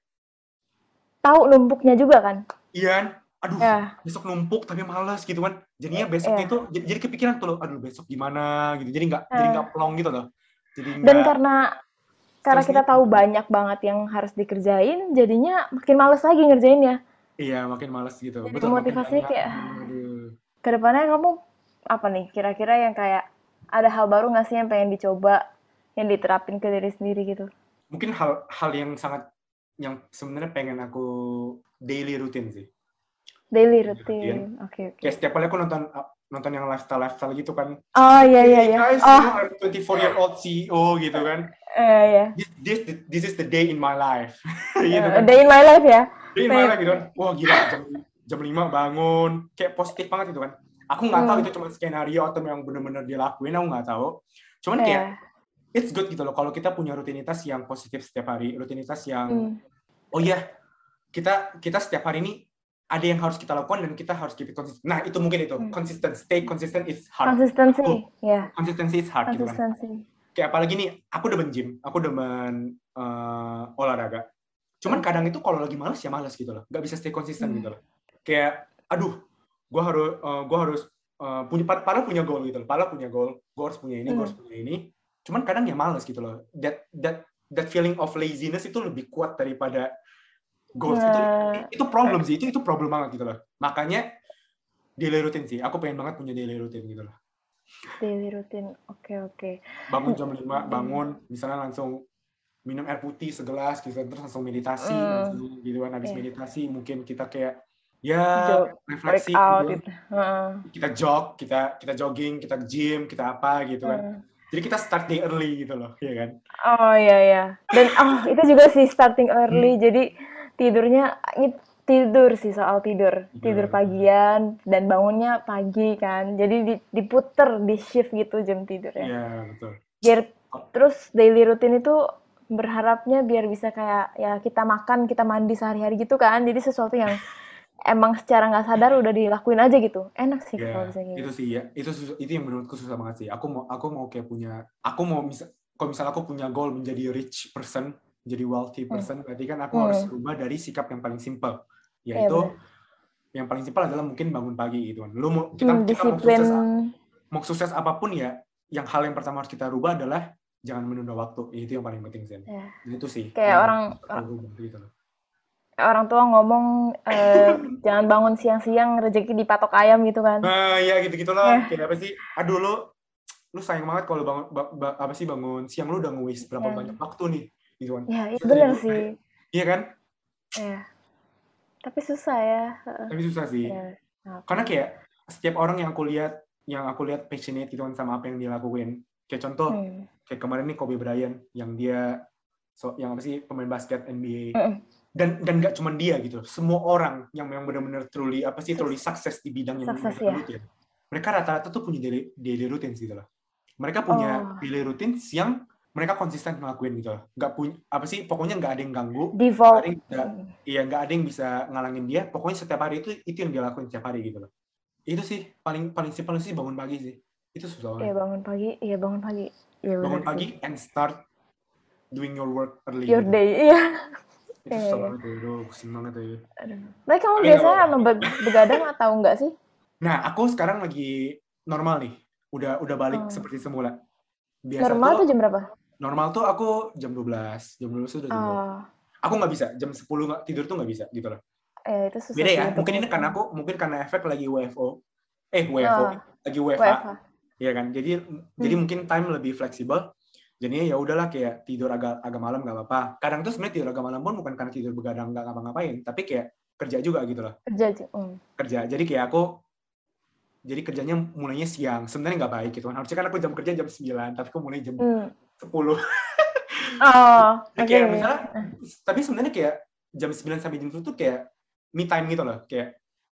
[SPEAKER 2] tahu numpuknya juga kan?
[SPEAKER 1] Iya, aduh,
[SPEAKER 2] ya.
[SPEAKER 1] besok numpuk tapi malas gitu kan. Jadinya besoknya
[SPEAKER 2] ya.
[SPEAKER 1] itu jadi, jadi kepikiran tuh loh, aduh besok gimana gitu. Jadi nggak, uh. jadi nggak plong gitu loh. Jadi
[SPEAKER 2] Dan gak, karena karena kita tahu banyak banget yang harus dikerjain, jadinya makin males lagi ngerjainnya.
[SPEAKER 1] Iya, makin males gitu.
[SPEAKER 2] Jadi
[SPEAKER 1] betul.
[SPEAKER 2] Motivasinya
[SPEAKER 1] makin
[SPEAKER 2] kayak, kedepannya kamu apa nih? Kira-kira yang kayak ada hal baru nggak sih yang pengen dicoba, yang diterapin ke diri sendiri gitu?
[SPEAKER 1] Mungkin hal hal yang sangat yang sebenarnya pengen aku daily rutin sih.
[SPEAKER 2] Daily rutin, oke okay, oke. Okay.
[SPEAKER 1] Kayak setiap kali aku nonton nonton yang lifestyle lifestyle gitu kan.
[SPEAKER 2] Oh iya iya iya.
[SPEAKER 1] Guys,
[SPEAKER 2] oh.
[SPEAKER 1] you know, I'm twenty-four year old C E O gitu kan.
[SPEAKER 2] Eh uh, ya. Yeah.
[SPEAKER 1] This, this this is the day in my life.
[SPEAKER 2] gitu kan. Day in my life ya.
[SPEAKER 1] Day in my life gitu kan. Wah gila jam jam lima bangun, kayak positif banget gitu kan. Aku nggak hmm. tahu itu cuma skenario atau yang benar-benar dilakuin, aku nggak tahu. Cuman kayak yeah. it's good gitu loh kalau kita punya rutinitas yang positif setiap hari, rutinitas yang hmm. oh iya, kita kita setiap hari ini ada yang harus kita lakukan dan kita harus keep it consistent. Nah, itu mungkin itu. Hmm. Consistent. Stay consistent is hard.
[SPEAKER 2] Consistency, ya. Yeah.
[SPEAKER 1] Consistency is hard gitu kan. Kayak apalagi nih, aku demen gym, aku demen uh, olahraga. Cuman hmm. kadang itu kalau lagi malas ya malas gitu loh. Gak bisa stay konsisten hmm. gitu loh. Kayak aduh, gue harus uh, gue harus uh, punya padahal punya goal gitu loh. Padahal punya goal, gue harus punya ini, hmm. gue harus punya ini. Cuman kadang ya malas gitu loh. That that that feeling of laziness itu lebih kuat daripada goals. Nah. itu itu problem sih, itu itu problem banget gitu loh. Makanya daily routine sih. Aku pengen banget punya daily routine gitu loh.
[SPEAKER 2] Daily routine, oke okay, oke. Okay.
[SPEAKER 1] Bangun jam lima, bangun, misalnya langsung minum air putih segelas gitu, terus langsung meditasi, mm. langsung gitu kan. Habis yeah. meditasi mungkin kita kayak ya
[SPEAKER 2] jog,
[SPEAKER 1] refleksi
[SPEAKER 2] out,
[SPEAKER 1] gitu.
[SPEAKER 2] gitu. Uh.
[SPEAKER 1] Kita jog, kita kita jogging, kita gym, kita apa gitu kan. Uh. Jadi kita start day early gitu loh, ya kan?
[SPEAKER 2] Oh iya iya. Dan oh itu juga sih starting early. Hmm. Jadi tidurnya tidur sih soal tidur. Tidur pagian dan bangunnya pagi kan. Jadi diputer, di shift gitu jam tidurnya.
[SPEAKER 1] Iya, betul.
[SPEAKER 2] Biar terus daily routine itu berharapnya biar bisa kayak ya kita makan, kita mandi sehari-hari gitu kan. Jadi sesuatu yang emang secara nggak sadar udah dilakuin aja gitu. Enak sih yeah, kalau bisa gitu.
[SPEAKER 1] Itu sih ya. Itu itu yang menurutku susah banget sih. Aku mau aku mau kayak punya aku mau misal kalau misalnya aku punya goal menjadi rich person, jadi wealthy person, hmm. berarti kan aku hmm. harus rubah dari sikap yang paling simple. Yaitu yeah, yang paling simpel adalah mungkin bangun pagi gitu kan. Lu mau kita
[SPEAKER 2] hmm,
[SPEAKER 1] kita mau sukses mau sukses apapun ya, yang hal yang pertama harus kita rubah adalah jangan menunda waktu. Itu yang paling penting sih. Yeah. Itu sih.
[SPEAKER 2] Kayak orang
[SPEAKER 1] rubah, gitu loh.
[SPEAKER 2] Orang tua ngomong eh, jangan bangun siang-siang rezeki dipatok ayam gitu kan.
[SPEAKER 1] Nah, ya gitu-gitulah. Yeah. Kayak apa sih? Aduh lu lu sayang banget kalau bangun ba, ba, apa sih bangun siang lu udah nge-waste berapa yeah. banyak waktu nih gitu kan.
[SPEAKER 2] Iya, yeah, benar sih.
[SPEAKER 1] Iya kan?
[SPEAKER 2] Iya. Yeah. Tapi susah ya.
[SPEAKER 1] Tapi susah sih. Yeah. Okay. Karena kayak setiap orang yang aku lihat yang aku lihat passionate gitu kan sama apa yang dia lakuin. Kayak contoh hmm. kayak kemarin nih Kobe Bryant yang dia so yang apa sih pemain basket N B A.
[SPEAKER 2] Mm-mm.
[SPEAKER 1] Dan dan nggak cuma dia gitu, semua orang yang yang benar-benar truly apa sih truly sukses di bidang yang
[SPEAKER 2] Sukses,
[SPEAKER 1] mereka
[SPEAKER 2] ya.
[SPEAKER 1] gelutin. Mereka rata-rata tuh punya daily, daily routines gitu loh. Mereka punya
[SPEAKER 2] Oh.
[SPEAKER 1] daily routines yang mereka konsisten ngelakuin gitu loh. Nggak punya apa sih pokoknya nggak ada yang ganggu,
[SPEAKER 2] Default.
[SPEAKER 1] nggak ada yang bisa, iya nggak ada yang bisa ngalangin dia. Pokoknya setiap hari itu itu yang dia lakuin setiap hari gitu loh. Itu sih paling paling simpel sih bangun pagi sih. Itu susah banget.
[SPEAKER 2] Iya bangun pagi, iya bangun pagi. Ya,
[SPEAKER 1] bangun
[SPEAKER 2] benar
[SPEAKER 1] pagi
[SPEAKER 2] sih.
[SPEAKER 1] and start doing your work early
[SPEAKER 2] Your
[SPEAKER 1] gitu.
[SPEAKER 2] day, iya.
[SPEAKER 1] Itu
[SPEAKER 2] Iya,
[SPEAKER 1] susah
[SPEAKER 2] iya.
[SPEAKER 1] banget ya, aduh pusing banget ya.
[SPEAKER 2] Aduh. Baik, kamu
[SPEAKER 1] Tapi nggak
[SPEAKER 2] biasanya
[SPEAKER 1] apa-apa.
[SPEAKER 2] anu be- begadang atau enggak sih?
[SPEAKER 1] Nah, aku sekarang lagi normal nih. Udah udah balik
[SPEAKER 2] Oh.
[SPEAKER 1] seperti semula. Biasa
[SPEAKER 2] Normal
[SPEAKER 1] tuh
[SPEAKER 2] tuh jam berapa?
[SPEAKER 1] normal tuh aku jam dua belas. Jam dua belas tuh udah jam dua belas.
[SPEAKER 2] Oh.
[SPEAKER 1] Aku nggak bisa jam sepuluh nggak tidur tuh nggak bisa gitu loh.
[SPEAKER 2] Ya, itu susah
[SPEAKER 1] Beda
[SPEAKER 2] sih
[SPEAKER 1] ya.
[SPEAKER 2] untuk
[SPEAKER 1] Mungkin ini
[SPEAKER 2] nge-
[SPEAKER 1] karena aku mungkin karena efek lagi W F O. Eh W F O,
[SPEAKER 2] Oh.
[SPEAKER 1] lagi W F H.
[SPEAKER 2] W F H.
[SPEAKER 1] Iya kan. Jadi jadi
[SPEAKER 2] Hmm.
[SPEAKER 1] mungkin time lebih fleksibel. Jadinya ya udahlah kayak tidur agak agak malam nggak apa-apa. Kadang tuh sebenarnya tidur agak malam pun bukan karena tidur begadang nggak ngapa-ngapain, tapi kayak kerja juga gitu loh.
[SPEAKER 2] Kerja sih. Hmm.
[SPEAKER 1] Kerja. Jadi kayak aku jadi kerjanya mulainya siang. Sebenarnya nggak baik gitu kan. Harusnya kan aku jam kerja jam sembilan, tapi aku mulai jam
[SPEAKER 2] Hmm.
[SPEAKER 1] sepuluh.
[SPEAKER 2] Oh,
[SPEAKER 1] Jadi
[SPEAKER 2] oke.
[SPEAKER 1] kayak misalnya, tapi sebenarnya kayak jam sembilan sampai jam sepuluh tuh kayak me time gitu loh. Kayak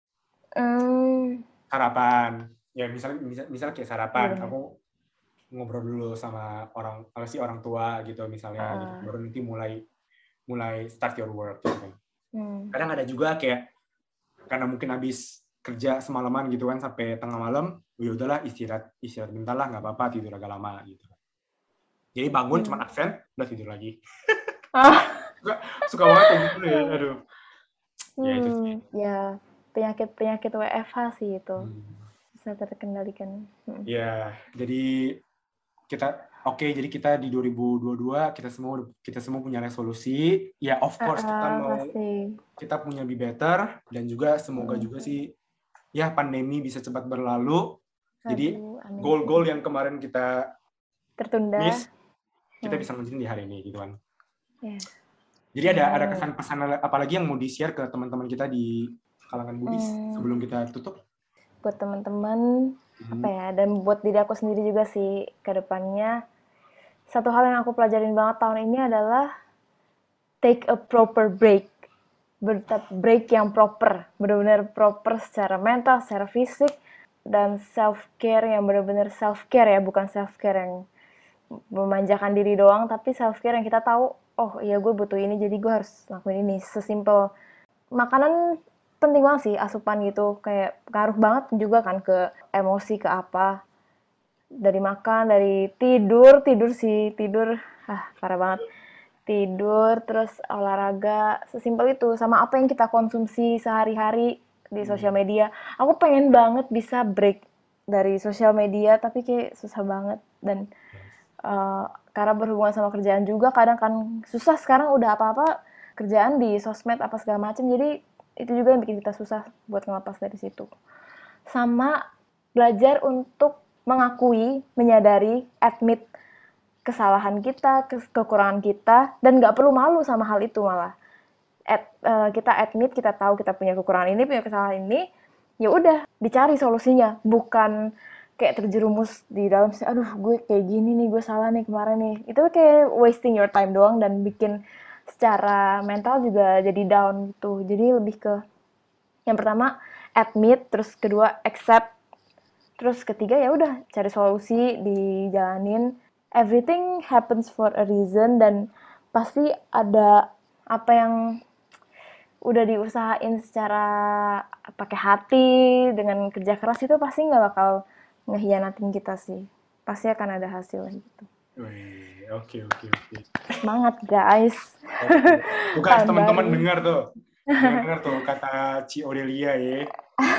[SPEAKER 2] Hmm.
[SPEAKER 1] sarapan. Ya misalnya misal, misal kayak sarapan,
[SPEAKER 2] Iya, bener.
[SPEAKER 1] aku ngobrol dulu sama orang apa sih orang tua gitu misalnya
[SPEAKER 2] Ah.
[SPEAKER 1] gitu. Baru nanti mulai mulai start your work gitu kan.
[SPEAKER 2] Hmm.
[SPEAKER 1] Kadang ada juga kayak karena mungkin habis kerja semalaman gitu kan sampai tengah malam, ya udahlah istirahat istirahat bentar lah nggak apa-apa tidur agak lama gitu. Jadi bangun
[SPEAKER 2] Hmm.
[SPEAKER 1] cuma absen udah tidur lagi.
[SPEAKER 2] Ah.
[SPEAKER 1] suka, suka banget kayak gitu ya, aduh. Ya itu sih.
[SPEAKER 2] Hmm. Ya, penyakit-penyakit W F H sih itu.
[SPEAKER 1] Hmm.
[SPEAKER 2] Bisa terkendalikan. Hmm.
[SPEAKER 1] Ya, jadi kita oke, okay, jadi kita di dua ribu dua puluh dua kita semua kita semua punya resolusi. Ya, of course
[SPEAKER 2] Uh,
[SPEAKER 1] kita mau
[SPEAKER 2] pasti.
[SPEAKER 1] kita punya be better dan juga semoga
[SPEAKER 2] Hmm.
[SPEAKER 1] juga sih ya pandemi bisa cepat berlalu. Jadi
[SPEAKER 2] Aduh, amin.
[SPEAKER 1] goal-goal yang kemarin kita
[SPEAKER 2] Tertunda.
[SPEAKER 1] miss kita
[SPEAKER 2] Hmm.
[SPEAKER 1] bisa ngerjain di hari ini gitu kan.
[SPEAKER 2] Yeah.
[SPEAKER 1] Jadi ada ada kesan-pesan apalagi yang mau di-share ke teman-teman kita di kalangan Budis
[SPEAKER 2] Hmm.
[SPEAKER 1] sebelum kita tutup?
[SPEAKER 2] Buat teman-teman hmm. apa ya, dan buat diri aku sendiri juga sih ke depannya. Satu hal yang aku pelajarin banget tahun ini adalah take a proper break. Break yang proper, benar-benar proper secara mental, secara fisik, dan self-care yang benar-benar self-care ya, bukan self-care yang memanjakan diri doang, tapi self-care yang kita tahu, oh iya gue butuh ini, jadi gue harus lakuin ini. Sesimpel makanan penting banget sih, asupan gitu, kayak ngaruh banget juga kan ke emosi, ke apa. Dari makan, dari tidur, tidur sih, tidur, ah parah banget. Tidur, terus olahraga, sesimpel itu. Sama apa yang kita konsumsi sehari-hari di sosial media. Aku pengen banget bisa break dari sosial media, tapi kayak susah banget. Dan uh, karena berhubungan sama kerjaan juga, kadang kan susah sekarang udah apa-apa kerjaan di sosmed apa segala macam. Jadi itu juga yang bikin kita susah buat ngelepas dari situ. Sama belajar untuk mengakui, menyadari, admit kesalahan kita, ke- kekurangan kita, dan nggak perlu malu sama hal itu malah. Ad, uh, kita admit, kita tahu kita punya kekurangan ini, punya kesalahan ini, ya udah dicari solusinya, bukan kayak terjerumus di dalam, aduh gue kayak gini nih, gue salah nih kemarin nih. Itu kayak wasting your time doang dan bikin secara mental juga jadi down gitu. Jadi lebih ke yang pertama admit, terus kedua accept, terus ketiga ya udah cari solusi, dijalanin. Everything happens for a reason dan pasti ada apa yang udah diusahain secara pakai hati dengan kerja keras itu pasti nggak bakal ngehianatin kita sih. Pasti akan ada hasil gitu.
[SPEAKER 1] Oke oke oke.
[SPEAKER 2] Semangat guys.
[SPEAKER 1] Okay. Bukan teman-teman dengar tuh. Dengar tuh kata Ci Aurelia ya.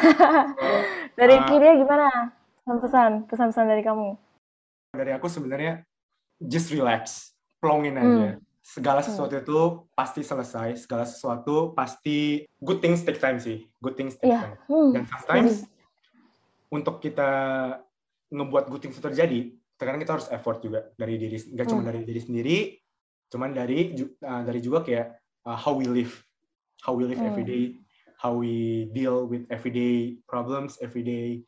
[SPEAKER 2] Oh, dari uh, Kiria gimana? Pesan-pesan, pesan-pesan dari kamu.
[SPEAKER 1] Dari aku sebenarnya just relax, plongin aja. Hmm. Segala sesuatu hmm. itu pasti selesai, segala sesuatu pasti good things take time sih, good things take yeah. time. Hmm. Dan sometimes hmm. untuk kita ngebuat good things itu terjadi, sekarang kita harus effort juga dari diri, nggak hmm. cuma dari diri sendiri, cuman dari uh, dari juga kayak uh, how we live, how we live hmm. every day, how we deal with everyday problems, everyday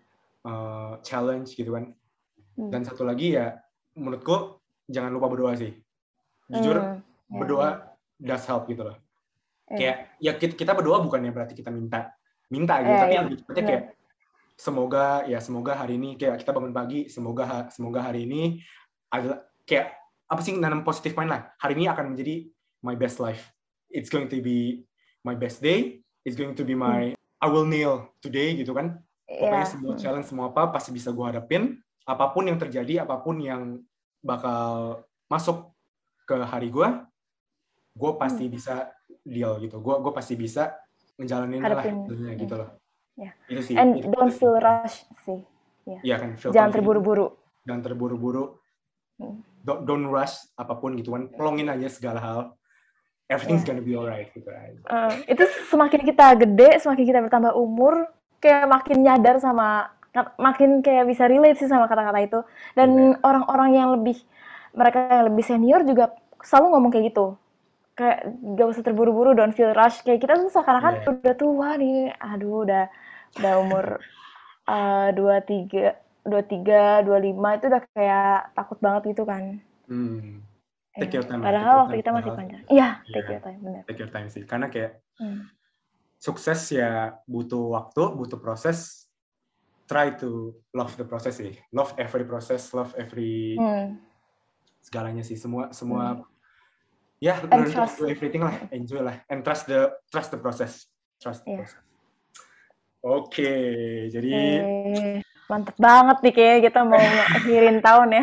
[SPEAKER 1] uh, challenge gitu kan. Hmm. Dan satu lagi ya, menurutku jangan lupa berdoa sih. Jujur, hmm. berdoa does help gitu loh.
[SPEAKER 2] Iya.
[SPEAKER 1] Kayak ya kita, kita berdoa bukannya berarti kita minta minta gitu,
[SPEAKER 2] Iya,
[SPEAKER 1] tapi
[SPEAKER 2] iya.
[SPEAKER 1] lebih tepatnya kayak semoga ya semoga hari ini kayak kita bangun pagi, semoga ha- semoga hari ini adalah kayak apa sih, nanam positif mind lah. Hari ini akan menjadi my best life. It's going to be my best day. It's going to be my I will nail today gitu kan. Pokoknya
[SPEAKER 2] Iya.
[SPEAKER 1] semua
[SPEAKER 2] Hmm.
[SPEAKER 1] challenge, semua apa pasti bisa gue hadapin. Apapun yang terjadi, apapun yang bakal masuk ke hari gue, gue pasti bisa deal gitu. Gue gue pasti bisa menjalanin lah
[SPEAKER 2] Hadapin.
[SPEAKER 1] hasilnya gitu loh.
[SPEAKER 2] Yeah.
[SPEAKER 1] Itu sih.
[SPEAKER 2] And
[SPEAKER 1] itu,
[SPEAKER 2] don't
[SPEAKER 1] itu.
[SPEAKER 2] feel rush sih. Yeah.
[SPEAKER 1] Iya kan, feel
[SPEAKER 2] Jangan
[SPEAKER 1] confident.
[SPEAKER 2] terburu-buru.
[SPEAKER 1] Jangan terburu-buru.
[SPEAKER 2] Hmm.
[SPEAKER 1] Don't, don't rush apapun gitu kan. Pelongin aja segala hal. Everything's
[SPEAKER 2] Yeah.
[SPEAKER 1] gonna be alright gitu kan.
[SPEAKER 2] Uh, itu semakin kita gede, semakin kita bertambah umur, kayak makin nyadar sama, makin kayak bisa relate sih sama kata-kata itu. Dan
[SPEAKER 1] Yeah.
[SPEAKER 2] orang-orang yang lebih, mereka yang lebih senior juga selalu ngomong kayak gitu. Kayak gak usah terburu-buru, don't feel rush. Kayak kita tuh seakan-akan
[SPEAKER 1] Yeah.
[SPEAKER 2] udah tua nih, aduh udah udah umur uh, dua puluh tiga, dua puluh lima itu udah kayak takut banget gitu kan.
[SPEAKER 1] Hmm. Take
[SPEAKER 2] Ya.
[SPEAKER 1] your time.
[SPEAKER 2] Padahal waktu
[SPEAKER 1] time,
[SPEAKER 2] kita masih
[SPEAKER 1] padahal.
[SPEAKER 2] panjang. Iya,
[SPEAKER 1] Yeah.
[SPEAKER 2] take your time, benar.
[SPEAKER 1] Take your time sih. Karena kayak
[SPEAKER 2] Hmm.
[SPEAKER 1] sukses ya butuh waktu, butuh proses. Try to love the process sih. Love every process, love every
[SPEAKER 2] Hmm.
[SPEAKER 1] segalanya sih. Semua semua
[SPEAKER 2] Hmm.
[SPEAKER 1] ya,
[SPEAKER 2] And
[SPEAKER 1] learn
[SPEAKER 2] trust.
[SPEAKER 1] to do everything lah, enjoy lah, and trust the trust the process, trust the
[SPEAKER 2] Yeah.
[SPEAKER 1] process. Oke, okay, jadi
[SPEAKER 2] eh, mantep banget nih kayaknya kita mau akhirin tahun ya.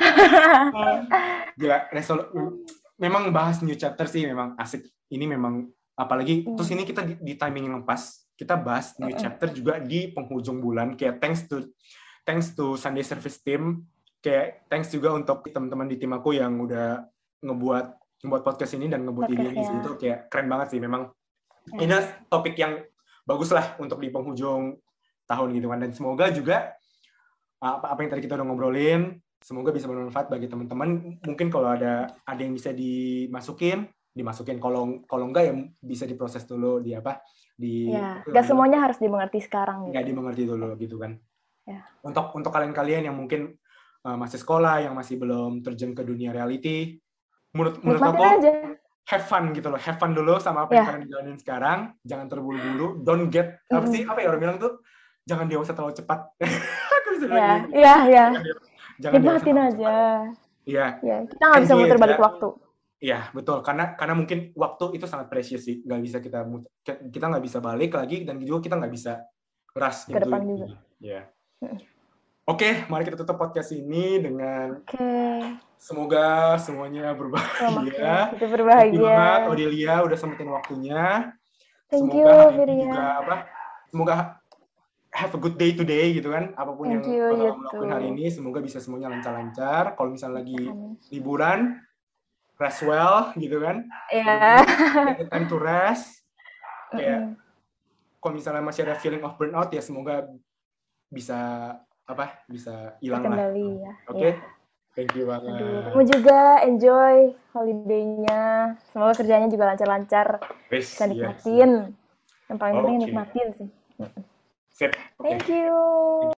[SPEAKER 1] Gila, resol- memang bahas new chapter sih memang asik. Ini memang apalagi
[SPEAKER 2] Hmm.
[SPEAKER 1] terus ini kita di, di timing yang pas. Kita bahas new
[SPEAKER 2] Mm-mm.
[SPEAKER 1] chapter juga di penghujung bulan. Kayak thanks to thanks to Sunday Service Team. Kayak thanks juga untuk teman-teman di tim aku yang udah ngebuat ngebuat podcast ini dan ngebuat ide ini sih.
[SPEAKER 2] Podcastnya.
[SPEAKER 1] Itu kayak keren banget sih memang.
[SPEAKER 2] Ya.
[SPEAKER 1] Ini topik yang bagus lah untuk di penghujung tahun gitu kan. Dan semoga juga apa apa yang tadi kita udah ngobrolin, semoga bisa bermanfaat bagi teman-teman. Mungkin kalau ada ada yang bisa dimasukin, dimasukin. Kalau kalau enggak ya bisa diproses dulu di apa di.
[SPEAKER 2] Ya, nggak semuanya harus dimengerti sekarang.
[SPEAKER 1] Nggak
[SPEAKER 2] gitu.
[SPEAKER 1] dimengerti dulu gitu kan.
[SPEAKER 2] Ya.
[SPEAKER 1] Untuk untuk kalian-kalian yang mungkin uh, masih sekolah, yang masih belum terjun ke dunia reality, menurut menurut
[SPEAKER 2] Nikmatin
[SPEAKER 1] aku
[SPEAKER 2] aja.
[SPEAKER 1] have fun gitu loh, have fun dulu sama apa
[SPEAKER 2] Ya.
[SPEAKER 1] yang kalian jalanin sekarang. Jangan terburu-buru, don't get apa
[SPEAKER 2] Mm-mm.
[SPEAKER 1] sih apa ya orang bilang tuh, jangan dewasa terlalu cepat.
[SPEAKER 2] Ya, iya, iya.
[SPEAKER 1] Jangan
[SPEAKER 2] Nikmatin aja.
[SPEAKER 1] Iya.
[SPEAKER 2] Ya, kita nggak bisa muter balik waktu.
[SPEAKER 1] Iya, betul. Karena karena mungkin waktu itu sangat precious sih. Nggak bisa kita kita nggak bisa balik lagi dan juga kita nggak bisa rush
[SPEAKER 2] ke depan
[SPEAKER 1] itu.
[SPEAKER 2] juga.
[SPEAKER 1] Iya. Oke, mari kita tutup podcast ini dengan
[SPEAKER 2] Oke.
[SPEAKER 1] Semoga semuanya berbahagia.
[SPEAKER 2] Kita berbahagia.
[SPEAKER 1] Terima kasih banget Odelia udah sempetin waktunya.
[SPEAKER 2] Thank
[SPEAKER 1] semoga
[SPEAKER 2] you,
[SPEAKER 1] hari ini
[SPEAKER 2] Virya.
[SPEAKER 1] juga apa? Semoga have a good day today gitu kan. Apapun
[SPEAKER 2] Thank
[SPEAKER 1] yang
[SPEAKER 2] you,
[SPEAKER 1] bakal
[SPEAKER 2] you
[SPEAKER 1] melakukan
[SPEAKER 2] too.
[SPEAKER 1] hari ini, semoga bisa semuanya lancar-lancar. Kalau misalnya lagi
[SPEAKER 2] Amin.
[SPEAKER 1] liburan, rest well gitu kan.
[SPEAKER 2] Iya.
[SPEAKER 1] Take the time to rest. Kayak
[SPEAKER 2] Mm-mm.
[SPEAKER 1] kalau misalnya masih ada feeling of burnout ya semoga bisa apa? Bisa hilang lah.
[SPEAKER 2] Terkendali ya.
[SPEAKER 1] Oke. Okay?
[SPEAKER 2] Ya.
[SPEAKER 1] Thank you banget.
[SPEAKER 2] Aduh, kamu juga enjoy holiday-nya. Semoga kerjanya juga lancar-lancar.
[SPEAKER 1] Yes,
[SPEAKER 2] Bisa
[SPEAKER 1] yes,
[SPEAKER 2] nikmatin.
[SPEAKER 1] yes.
[SPEAKER 2] Yang paling penting
[SPEAKER 1] Okay.
[SPEAKER 2] nikmatin sih.
[SPEAKER 1] Sip. Okay.
[SPEAKER 2] Thank you.